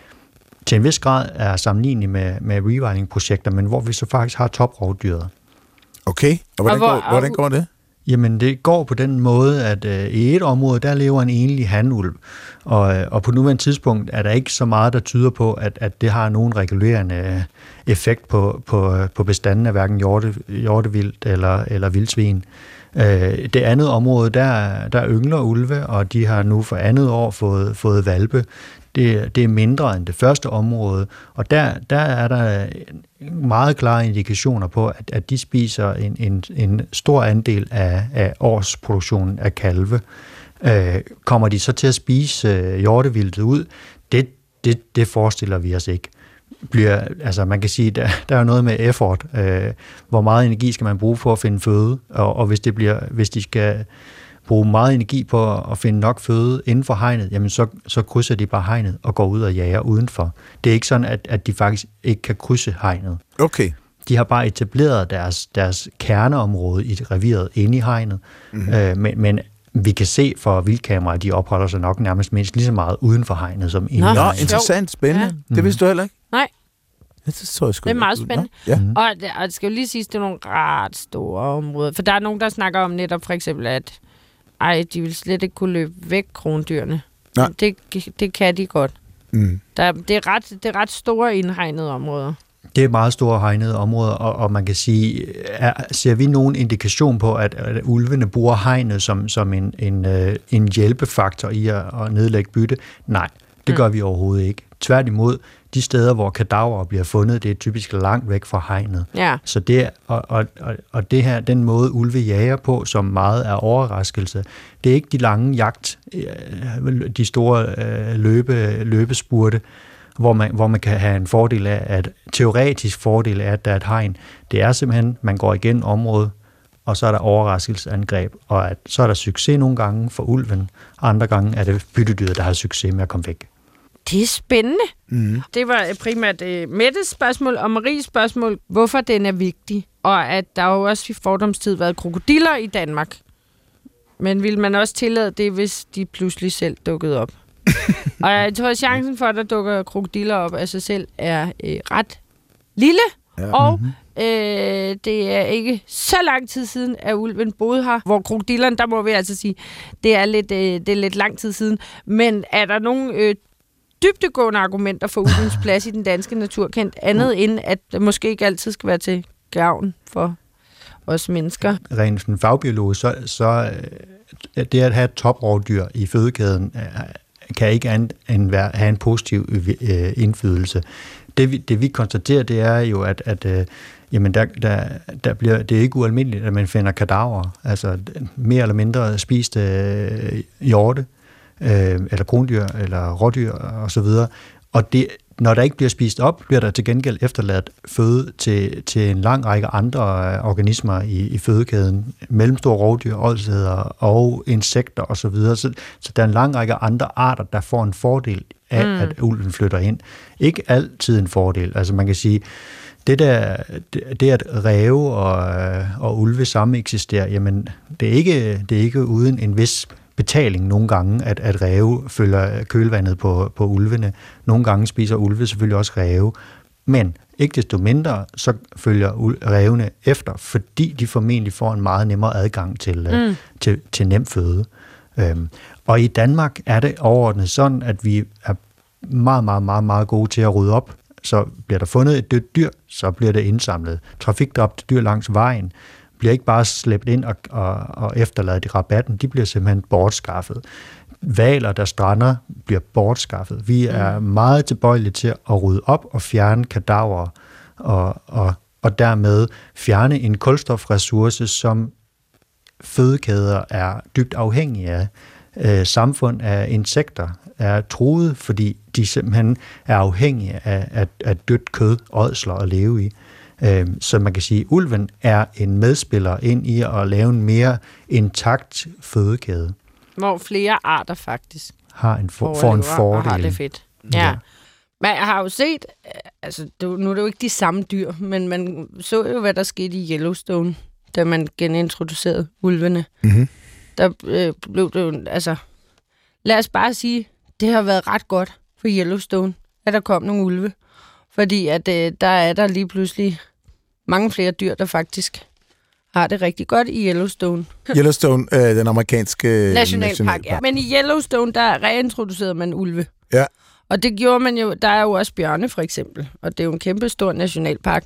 til en vis grad er sammenlignelige med, med rewilding-projekter, men hvor vi så faktisk har toprovdyret. Okay, og hvordan, og hvor, går, hvordan går det? Jamen, det går på den måde, at øh, i et område, der lever en enlig hanulv, og, og på nuværende tidspunkt er der ikke så meget, der tyder på, at, at det har nogen regulerende effekt på, på, på bestanden af hverken hjorte, hjortevildt eller, eller vildsvin. Øh, det andet område, der, der yngler ulve, og de har nu for andet år fået, fået valpe. Det, det er mindre end det første område, og der, der er der meget klare indikationer på, at, at de spiser en, en, en stor andel af, af årsproduktionen af kalve. Øh, kommer de så til at spise øh, hjortevildtet ud? Det, det, det forestiller vi os ikke. Bliver, altså man kan sige, der, der er noget med effort. Øh, hvor meget energi skal man bruge for at finde føde? Og, og hvis, det bliver, hvis de skal bruge meget energi på at finde nok føde inden for hegnet, jamen så, så krydser de bare hegnet og går ud og jager udenfor. Det er ikke sådan, at, at de faktisk ikke kan krydse hegnet. Okay. De har bare etableret deres, deres kerneområde i reviret inde i hegnet, mm-hmm. øh, men, men vi kan se for vildkameraer, at de opholder sig nok nærmest mindst lige så meget uden for hegnet som inde i hegnet. Nå, interessant, spændende. Ja. Det vidste du heller ikke? Nej. Det, tror jeg sgu det er meget spændende. Ja. Mm-hmm. Og, det, og det skal jo lige siges, det er nogle ret store områder. For der er nogen, der snakker om netop for eksempel, at ej, de vil slet ikke kunne løbe væk, krondyrene. Det, det kan de godt. Mm. Der, det, er ret, det er ret store indhegnede områder. Det er meget store hegnede områder, og, og man kan sige, er, ser vi nogen indikation på, at, at ulvene bruger hegnet som, som en, en, en hjælpefaktor i at, at nedlægge bytte? Nej, det gør mm. vi overhovedet ikke. Tværtimod, de steder, hvor kadaver bliver fundet, det er typisk langt væk fra hegnet. Ja. Så det, og, og, og det her, den måde ulve jager på, som meget er overraskelse, det er ikke de lange jagt, de store løbe, løbespurte, hvor man, hvor man kan have en fordel af, at teoretisk fordel af, at der er et hegn. Det er simpelthen, man går igennem området, og så er der overraskelsesangreb, og at, så er der succes nogle gange for ulven, andre gange er det byttedyret, der har succes med at komme væk. Det er spændende. Mm. Det var primært uh, Mettes spørgsmål og Maries spørgsmål, hvorfor den er vigtig, og at der jo også i fordomstid været krokodiller i Danmark. Men vil man også tillade det, hvis de pludselig selv dukkede op? Og jeg tror, at chancen for, at der dukker krokodiller op af sig selv, er øh, ret lille. Ja. Og øh, det er ikke så lang tid siden, at ulven boede her. Hvor krokodillerne, der må vi altså sige, det er lidt, øh, det er lidt lang tid siden. Men er der nogle øh, dybdegående argumenter for ulvens plads i den danske natur kendt, andet end at det måske ikke altid skal være til gavn for os mennesker? Rent sådan fagbiolog, så, så det at have et toprovdyr i fødekæden kan ikke andet end være, have en positiv øh, indflydelse. Det vi, det vi konstaterer, det er jo, at, at øh, jamen der, der, der bliver, det er ikke ualmindeligt, at man finder kadaver, altså mere eller mindre spiste øh, hjorte, øh, eller krondyr, eller rådyr osv. Og det, når der ikke bliver spist op, bliver der til gengæld efterladt føde til, til en lang række andre organismer i, i fødekæden. Mellemstore rovdyr, ådsæder og insekter osv. Så, så, så der er en lang række andre arter, der får en fordel af, mm. at ulven flytter ind. Ikke altid en fordel. Altså man kan sige, det der, det, det at ræve og, og ulve sammen eksisterer, jamen det er ikke, det er ikke uden en vis betaling nogle gange, at, at ræve følger kølvandet på, på ulvene. Nogle gange spiser ulve selvfølgelig også ræve, men ikke desto mindre, så følger rævene efter, fordi de formentlig får en meget nemmere adgang til, mm. til, til nem føde. Øhm, og i Danmark er det overordnet sådan, at vi er meget, meget, meget, meget gode til at rydde op. Så bliver der fundet et dødt dyr, så bliver det indsamlet. Trafikdræbte dyr langs vejen bliver ikke bare slæbt ind og, og, og efterladt i rabatten, de bliver simpelthen bortskaffet. Hvaler, der strander, bliver bortskaffet. Vi er meget tilbøjelige til at rydde op og fjerne kadaver, og, og, og dermed fjerne en kulstofressource, som fødekæder er dybt afhængige af. Øh, samfund af insekter er truet, fordi de simpelthen er afhængige af, af, af dødt kød, ådsler at leve i. Så man kan sige, at ulven er en medspiller ind i at lave en mere intakt fødekæde. Hvor flere arter faktisk har en for, får en fordel. Og har det fedt. Ja. Ja. Men jeg har jo set, altså det, nu er det jo ikke de samme dyr, men man så jo, hvad der skete i Yellowstone, da man genintroducerede ulvene. Mm-hmm. Der øh, blev det jo, altså, lad os bare sige, det har været ret godt for Yellowstone, at der kom nogle ulve. Fordi at øh, der er der lige pludselig mange flere dyr, der faktisk har det rigtig godt i Yellowstone. Yellowstone, øh, den amerikanske nationalpark, nationalpark, ja. Men i Yellowstone, der reintroducerede man ulve. Ja. Og det gjorde man jo, der er jo også bjørne for eksempel, og det er jo en kæmpe stor nationalpark.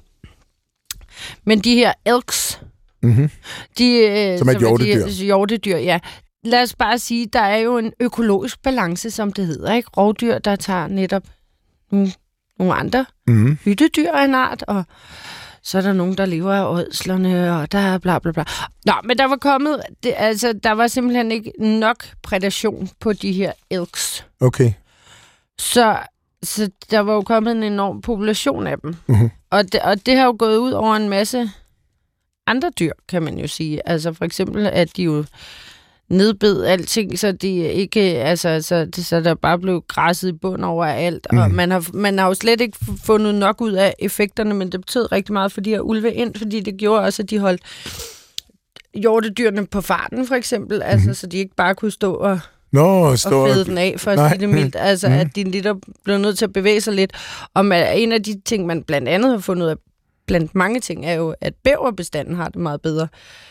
Men de her elks, mm-hmm. de, øh, som er hjortedyr. De, hjortedyr, ja. Lad os bare sige, der er jo en økologisk balance, som det hedder, ikke? Rovdyr, der tager netop mm, nogle andre mm. hyttedyr af en art, og så er der nogen, der lever af ådslerne, og der er bla bla bla. Nå, men der var kommet, det, altså, der var simpelthen ikke nok prædation på de her elks. Okay. Så, så der var jo kommet en enorm population af dem. Mm-hmm. Og, det, og det har jo gået ud over en masse andre dyr, kan man jo sige. Altså for eksempel, at de jo nedbed alting, så de ikke, altså, så, så der bare blev græsset i bund over alt, mm. og man har, man har jo slet ikke fundet nok ud af effekterne, men det betød rigtig meget for de her ulve ind, fordi det gjorde også, at de holdt hjortedyrene på farten, for eksempel, mm. altså, så de ikke bare kunne stå og, Nå, stå og fede den af, for at sige det mildt, altså, mm. at de lidt blev nødt til at bevæge sig lidt. Og man, en af de ting, man blandt andet har fundet ud af, blandt mange ting, er jo, at bæverbestanden har det meget bedre.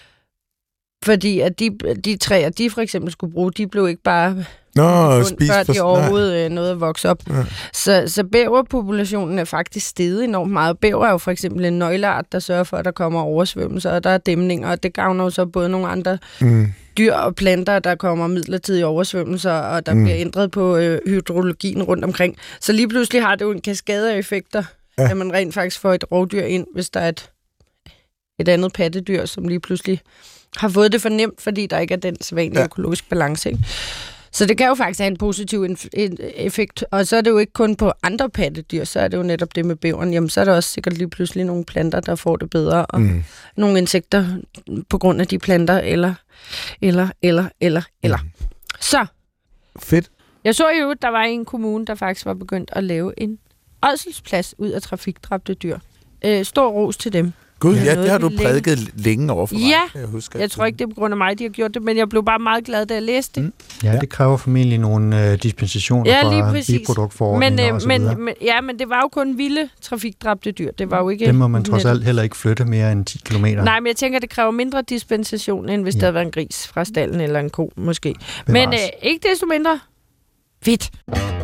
Fordi at de, de træer, de for eksempel skulle bruge, de blev ikke bare Nå, fundet, før de overhovedet nej. nåede at vokse op. Ja. Så, så bæverpopulationen er faktisk steget enormt meget. Bæver er jo for eksempel en nøgleart, der sørger for, at der kommer oversvømmelser, og der er dæmninger, og det gavner jo så både nogle andre mm. dyr og planter, der kommer midlertidige oversvømmelser, og der mm. bliver ændret på øh, hydrologien rundt omkring. Så lige pludselig har det jo en kaskade af effekter, ja. at man rent faktisk får et rovdyr ind, hvis der er et, et andet pattedyr, som lige pludselig har fået det for nemt, fordi der ikke er den sædvanlige ja. økologisk balance. Ikke? Så det kan jo faktisk have en positiv inf- en effekt. Og så er det jo ikke kun på andre pattedyr, så er det jo netop det med bæveren. Jamen, så er der også sikkert lige pludselig nogle planter, der får det bedre, og mm. nogle insekter på grund af de planter, eller, eller, eller, eller, eller. Mm. Så. Fedt. Jeg så jo, der var en kommune, der faktisk var begyndt at lave en ådselsplads ud af trafikdræbte dyr. Øh, stor ros til dem. Gud, Det er ja, noget, det har vi du længe- prædiket længe over for mig. Ja, jeg, husker, Jeg tror ikke, det er på grund af mig, de har gjort det, men jeg blev bare meget glad, da jeg læste det. Mm. Ja, det kræver formentlig nogle øh, dispensationer Ja, lige fra præcis. biproduktforordninger Men, og øh, så videre. men, men, ja, men det var jo kun vilde trafikdræbte dyr. Det var jo ikke... Dem må man trods netop- alt heller ikke flytte mere end ti kilometer. Nej, men jeg tænker, det kræver mindre dispensation, end hvis Ja. ja. der havde været en gris fra stallen eller en ko, måske. Men øh, ikke desto mindre. Fedt.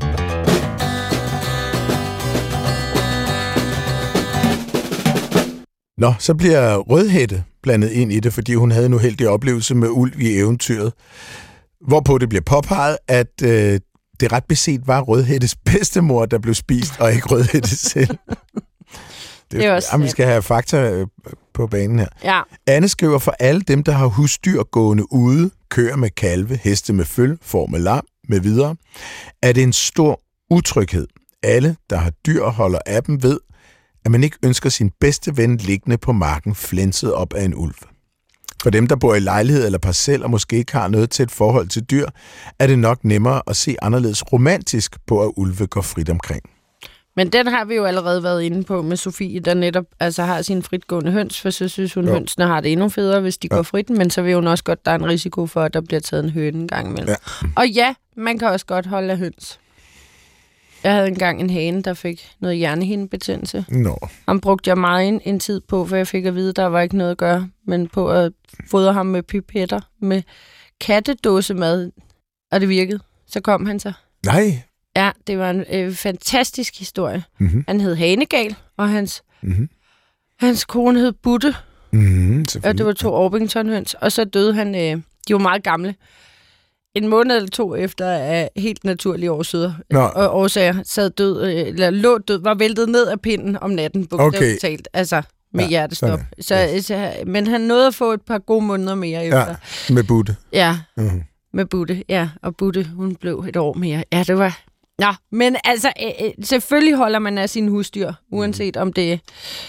Nå, så bliver Rødhætte blandet ind i det, fordi hun havde en uheldig oplevelse med ulv i eventyret. Hvorpå det bliver påpeget, at øh, det ret beset var Rødhættes bedstemor, der blev spist, og ikke Rødhætte selv. Det, Det er også jamen, vi sandt. skal have fakta øh, på banen her. Ja. Anne skriver, for alle dem, der har husdyr gående ude, køer med kalve, heste med føl, får med lam, med videre, er det en stor utryghed. Alle, der har dyr og holder af dem, ved, at man ikke ønsker sin bedste ven liggende på marken flænset op af en ulv. For dem, der bor i lejlighed eller parcel og måske ikke har noget til et forhold til dyr, er det nok nemmere at se anderledes romantisk på, at ulve går frit omkring. Men den har vi jo allerede været inde på med Sofie, der netop altså, har sin fritgående høns, for så synes hun, Jo. hønsene har det endnu federe, hvis de Ja. går frit, men så vil hun også godt, der er en risiko for, at der bliver taget en høne en gang imellem. Ja. Og ja, man kan også godt holde af høns. Jeg havde engang en hane, der fik noget hjernehindebetændelse. Nå. Ham brugte jeg meget en, en tid på, for jeg fik at vide, at der var ikke noget at gøre, men på at fodre ham med pipetter, med kattedåsemad, og det virkede. Så kom han så. Nej. Ja, det var en øh, fantastisk historie. Mm-hmm. Han hed Hanegal, og hans, Mm-hmm. hans kone hed Butte, Mm-hmm. og det var to Orpington-høns, og så døde han, øh, de var meget gamle, en måned eller to efter af helt naturlige årsager, Nå. og årsager sad død, øh, eller lå død, var væltet ned af pinden om natten, bogstaveligt Okay. talt, altså med Ja, hjertestop. sådan Så, så, men han nåede at få et par gode måneder mere efter. Ja, med Butte. Ja, Mm-hmm. med Butte, ja, og Butte, hun blev et år mere. Ja, det var... Nå, men altså, øh, selvfølgelig holder man af sine husdyr, uanset om det er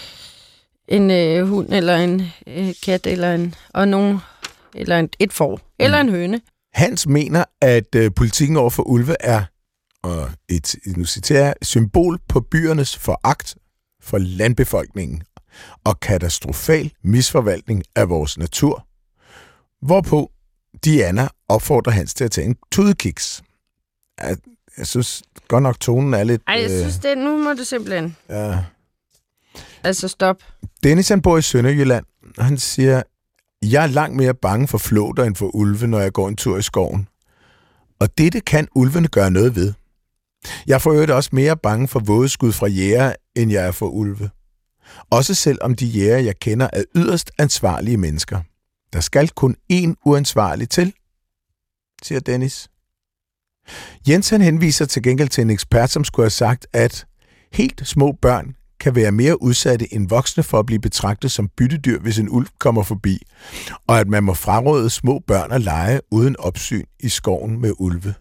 en øh, hund, eller en øh, kat, eller en, og nogen, eller en, et får, eller en høne. Hans mener, at øh, politikken over for ulve er, og et, nu citerer jeg, symbol på byernes foragt for landbefolkningen og katastrofal misforvaltning af vores natur. Hvorpå Diana opfordrer Hans til at tage en tudekiks. Jeg, jeg synes godt nok, tonen er lidt... Ej, jeg synes, det, nu må det simpelthen... Ja. Altså, stop. Dennis, han bor i Sønderjylland, og han siger, jeg er langt mere bange for flåter end for ulve, når jeg går en tur i skoven. Og dette kan ulvene gøre noget ved. Jeg får øvrigt også mere bange for vådeskud fra jæger, end jeg er for ulve. Også selvom de jæger, jeg kender, er yderst ansvarlige mennesker. Der skal kun én uansvarlig til, siger Dennis. Jens han henviser til gengæld til en ekspert, som skulle have sagt, at helt små børn kan være mere udsatte end voksne for at blive betragtet som byttedyr, hvis en ulv kommer forbi, og at man må fraråde små børn at lege uden opsyn i skoven med ulve.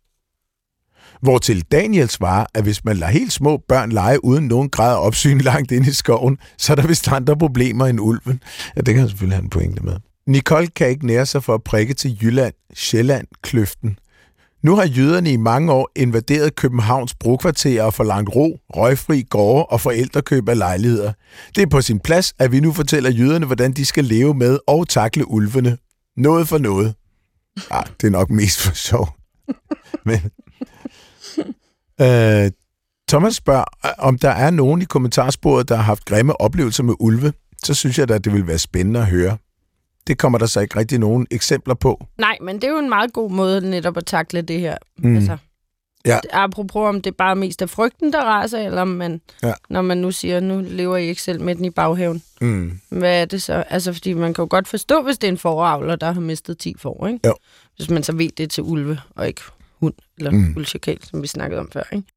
Hvortil Daniel svarer, at hvis man lader helt små børn lege uden nogen grad af opsyn langt ind i skoven, så er der vist andre problemer end ulven. Ja, det kan jeg selvfølgelig have en pointe med. Nicole kan ikke nære sig for at prikke til Jylland-Sjælland-kløften. Nu har jøderne i mange år invaderet Københavns brokvarterer og forlangt ro, røgfri gårde og forældrekøb af lejligheder. Det er på sin plads, at vi nu fortæller jøderne, hvordan de skal leve med og takle ulvene. Noget for noget. Ah, det er nok mest for sjov. Men, øh, Thomas spørger, om der er nogen i kommentarsporet, der har haft grimme oplevelser med ulve. Så synes jeg da, at det vil være spændende at høre. Det kommer der så ikke rigtig nogen eksempler på. Nej, men det er jo en meget god måde netop at takle det her. Mm. Altså, Ja. apropos om det bare mest er frygten, der raser, eller om man, Ja. når man nu siger, nu lever I ikke selv med den i baghaven. Mm. Hvad er det så? Altså, fordi man kan jo godt forstå, hvis det er en fåreavler, der har mistet ti får, ikke? Jo. Hvis man så ved det er til ulve, og ikke hund, eller Mm. mm. uldsjakal, som vi snakkede om før, ikke?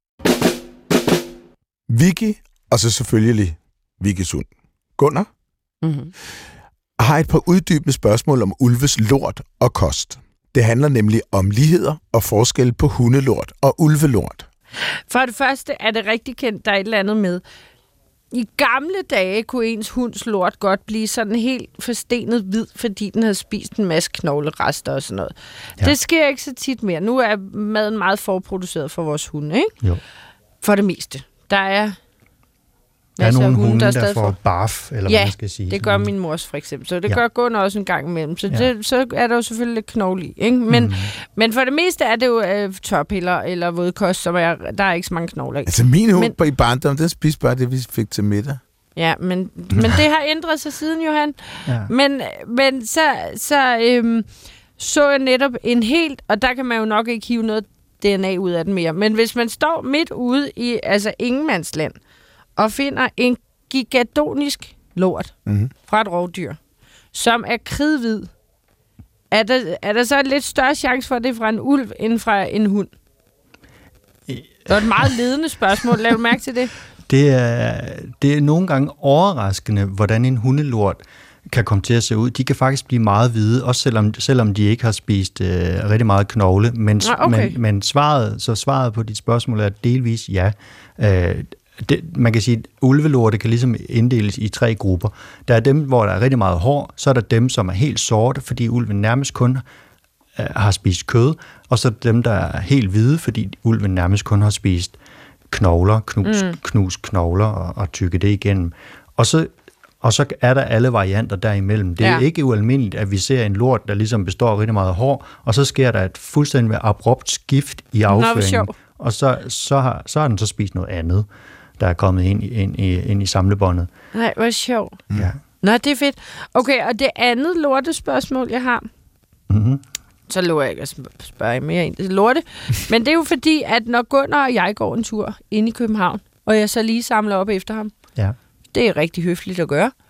Vicky, og så selvfølgelig Vickys hund, Gunnar, Mm-hmm. har et par uddybende spørgsmål om ulves lort og kost. Det handler nemlig om ligheder og forskel på hundelort og ulvelort. For det første er det rigtig kendt, der er et eller andet med. I gamle dage kunne ens hunds lort godt blive sådan helt forstenet hvid, fordi den havde spist en masse knoglerester og sådan noget. Ja. Ja. Det sker ikke så tit mere. Nu er maden meget forproduceret for vores hunde, ikke? Jo. For det meste. Der er Der er nogle hunde, der, der får barf, eller ja, hvad man skal sige. Ja, det gør min mors for eksempel. Så det ja. gør Gunnar også en gang imellem. Så, ja. det, så er der jo selvfølgelig lidt knogle i. Ikke? Men, mm. men for det meste er det jo øh, tørpiller eller vådkost, som er, der er ikke så mange knogler i. Altså min hund men, i barndom, den spiste bare det, vi fik til middag. Ja, men, men det har ændret sig siden, Johan. Ja. Men, men så, så, øhm, så jeg netop en helt, og der kan man jo nok ikke hive noget D N A ud af den mere. Men hvis man står midt ude i altså ingenmandsland og finder en gigantisk lort mm-hmm. fra et rovdyr, som er kridhvid, er der, er der så en lidt større chance for, at det er fra en ulv, end fra en hund? Det var et meget ledende spørgsmål. Lav du mærke til det? Det er, det er nogle gange overraskende, hvordan en hundelort kan komme til at se ud. De kan faktisk blive meget hvide, også selvom, selvom de ikke har spist øh, rigtig meget knogle. Men, ah, okay. men, men svaret, så svaret på dit spørgsmål er delvis ja. Øh, det, man kan sige, at ulvelorte kan ligesom inddeles i tre grupper. Der er dem, hvor der er rigtig meget hår, så er der dem, som er helt sorte, fordi ulven nærmest kun øh, har spist kød, og så er dem, der er helt hvide, fordi ulven nærmest kun har spist knogler, knus, mm. knus knogler og, og tykke det igennem. Og så, og så er der alle varianter derimellem. Det er ja. ikke ualmindeligt, at vi ser en lort, der ligesom består af rigtig meget hår, og så sker der et fuldstændig abrupt skift i afføringen. Nå, og så, så, har, så har den så spist noget andet, der er kommet ind, ind, ind, ind i samlebåndet. Nej, hvor sjovt. Ja. Nå, det er fedt. Okay, og det andet lortespørgsmål, jeg har, mm-hmm. så lover jeg ikke at spørge mere ind til lorte. Men det er jo fordi, at når Gunnar og jeg går en tur ind i København, og jeg så lige samler op efter ham, ja. det er rigtig høfligt at gøre,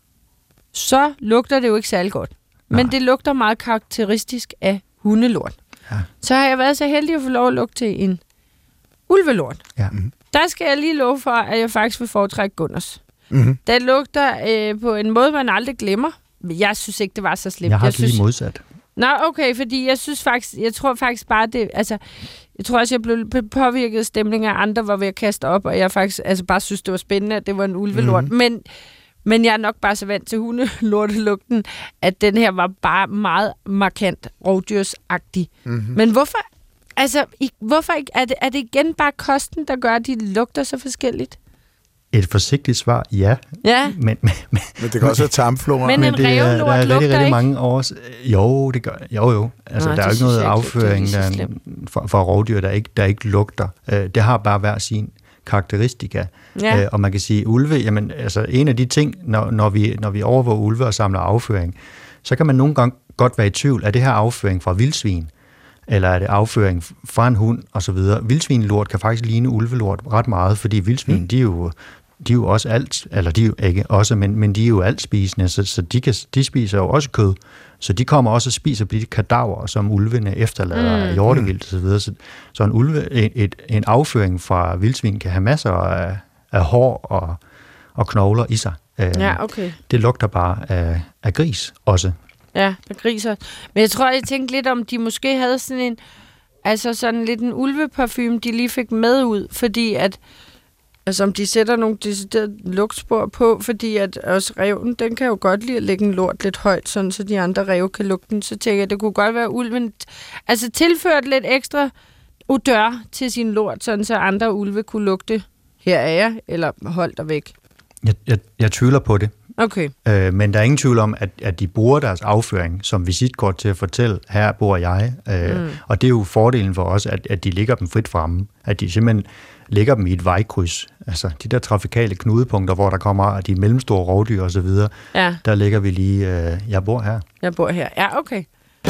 så lugter det jo ikke særlig godt. Nej. Men det lugter meget karakteristisk af hundelort. Ja. Så har jeg været så heldig at få lov at lugte til en ulvelort. Ja. Mm-hmm. Der skal jeg lige love for, at jeg faktisk vil foretrække Gunnars. Mm-hmm. Den lugter øh, på en måde, man aldrig glemmer. Men jeg synes ikke, det var så slemt. Jeg har jeg synes, lige modsat. Nå, okay, fordi jeg synes faktisk, jeg tror faktisk bare, det, altså, jeg tror også, jeg blev påvirket af stemning af andre, var ved at kaste op, og jeg faktisk, altså bare synes, det var spændende, at det var en ulvelort. Mm-hmm. Men, men jeg er nok bare så vant til hundelortelugten, at den her var bare meget markant rovdyrsagtig. Mm-hmm. Men hvorfor, altså, i, hvorfor ikke, er det, er det igen bare kosten, der gør, at de lugter så forskelligt? Et forsigtigt svar, ja. Ja. Men, men, men, men det kan også være tarmflora. Men, men en revlort lugter ikke? Der er rigtig, rigtig mange års... Jo, det gør... Jo, jo. Altså, Nå, der er jo ikke noget afføring der, for, for rovdyr, der ikke, der ikke lugter. Uh, det har bare hver sin karakteristika. Ja. Uh, og man kan sige, ulve... Jamen, altså, en af de ting, når, når, vi, når vi overvåger ulve og samler afføring, så kan man nogle gange godt være i tvivl, er det her afføring fra vildsvin? Eller er det afføring fra en hund, og så videre. Vildsvinlort kan faktisk ligne ulvelort ret meget, fordi vildsvin, mm. de er jo... De er jo også alt, eller de er jo ikke også, men, men de er jo alt spisende, så, så de, kan, de spiser jo også kød. Så de kommer også og spiser på de kadaver, som ulvene efterlader af mm. hjortevildt og så videre. Så, så en, ulve, et, et, en afføring fra vildsvin kan have masser af, af hår og, og knogler i sig. Ja, okay. Det lugter bare af, af gris også. Ja, af griser. Men jeg tror, jeg tænkte lidt om, de måske havde sådan en, altså sådan lidt en ulveparfume, de lige fik med ud, fordi at altså om de sætter nogle deciderede lugtspor på, fordi at også reven, den kan jo godt lide at lægge en lort lidt højt, sådan så de andre ræve kan lugte den. Så tænker jeg, det kunne godt være ulven, altså tilført lidt ekstra odør til sin lort, sådan så andre ulve kunne lugte, her er jeg, eller hold dig væk. Jeg, jeg, jeg tvivler på det. Okay. Øh, men der er ingen tvivl om, at, at de bruger deres afføring som visitkort til at fortælle, her bor jeg. Øh, mm. Og det er jo fordelen for os, at, at de ligger dem frit fremme. At de simpelthen ligger dem i et vejkryds. Altså de der trafikale knudepunkter, hvor der kommer de mellemstore rovdyr og så videre. Ja. Der ligger vi lige, øh, jeg bor her. Jeg bor her. Ja, okay.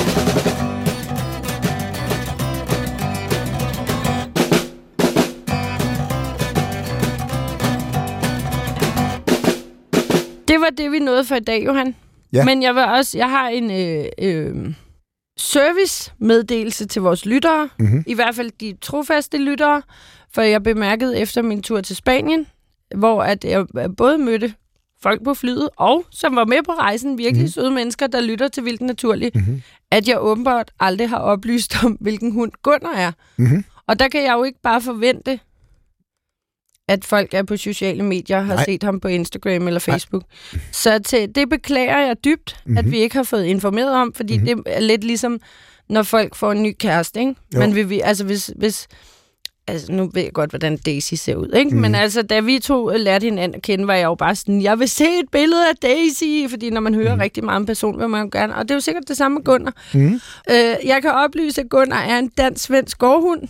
Det var det, vi nåede for i dag, Johan. Ja. Men jeg vil også, jeg har en øh, øh, service-meddelelse til vores lyttere. Mm-hmm. I hvert fald de trofaste lyttere. For jeg bemærkede efter min tur til Spanien, hvor at jeg både mødte folk på flyet, og som var med på rejsen, virkelig mm-hmm. søde mennesker, der lytter til Vildt Naturligt, mm-hmm. at jeg åbenbart aldrig har oplyst om, hvilken hund Gunnar er. Mm-hmm. Og der kan jeg jo ikke bare forvente, at folk er på sociale medier og har Nej. set ham på Instagram eller Facebook. Nej. Så til, det beklager jeg dybt, mm-hmm. at vi ikke har fået informeret om, fordi mm-hmm. det er lidt ligesom, når folk får en ny kæreste, ikke? Men vi, vi, altså hvis, hvis altså, nu ved jeg godt, hvordan Daisy ser ud, ikke? Mhm. Men altså, da vi to lærte hinanden at kende, var jeg jo bare sådan, jeg vil se et billede af Daisy, fordi når man hører Mhm. rigtig meget om person, vil man jo gerne. Og det er jo sikkert det samme med Gunnar. Mhm. Øh, jeg kan oplyse, at Gunnar er en dansk-svensk gårdhund.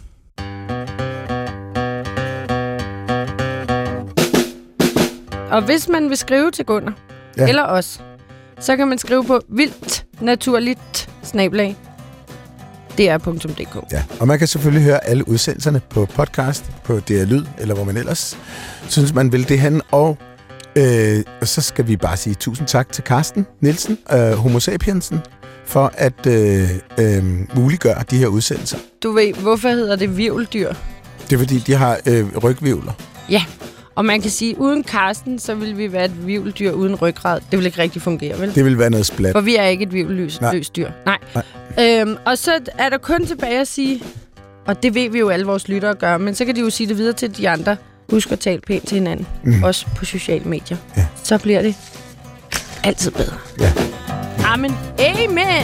Og hvis man vil skrive til Gunnar, Ja. ja. eller os, så kan man skrive på vildt naturligt snablag d r punktum d k. Ja, og man kan selvfølgelig høre alle udsendelserne på podcast, på D R Lyd, eller hvor man ellers synes, man vil det hen. Og, øh, og så skal vi bare sige tusind tak til Carsten Nielsen, øh, Homo sapiensen, for at øh, øh, muliggøre de her udsendelser. Du ved, hvorfor hedder det virveldyr? Det er fordi, de har øh, rygvivler. Ja, og man kan sige, uden Karsten, så vil vi være et virveldyr uden ryggrad. Det vil ikke rigtig fungere, vel? Det vil være noget splat. For vi er ikke et virvelløst Nej. løst dyr. Nej. Nej. Øhm, og så er der kun tilbage at sige, og det ved vi jo alle vores lyttere gøre, men så kan de jo sige det videre til de andre. Husk at tale pænt til hinanden. Mhm. Også på sociale medier. Ja. Så bliver det altid bedre. Ja. Amen. Amen.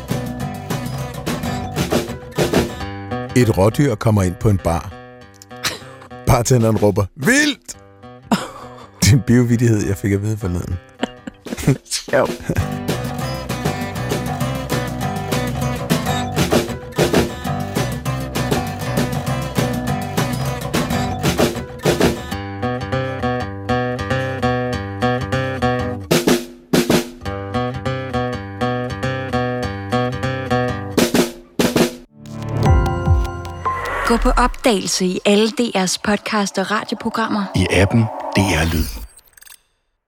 Et rådyr kommer ind på en bar. Bartenderen råber, vildt! Det er en biovidighed, jeg fik at vide forleden. Jo. Gå på opdagelse i alle D R's podcast og radioprogrammer. I appen D R Lyd.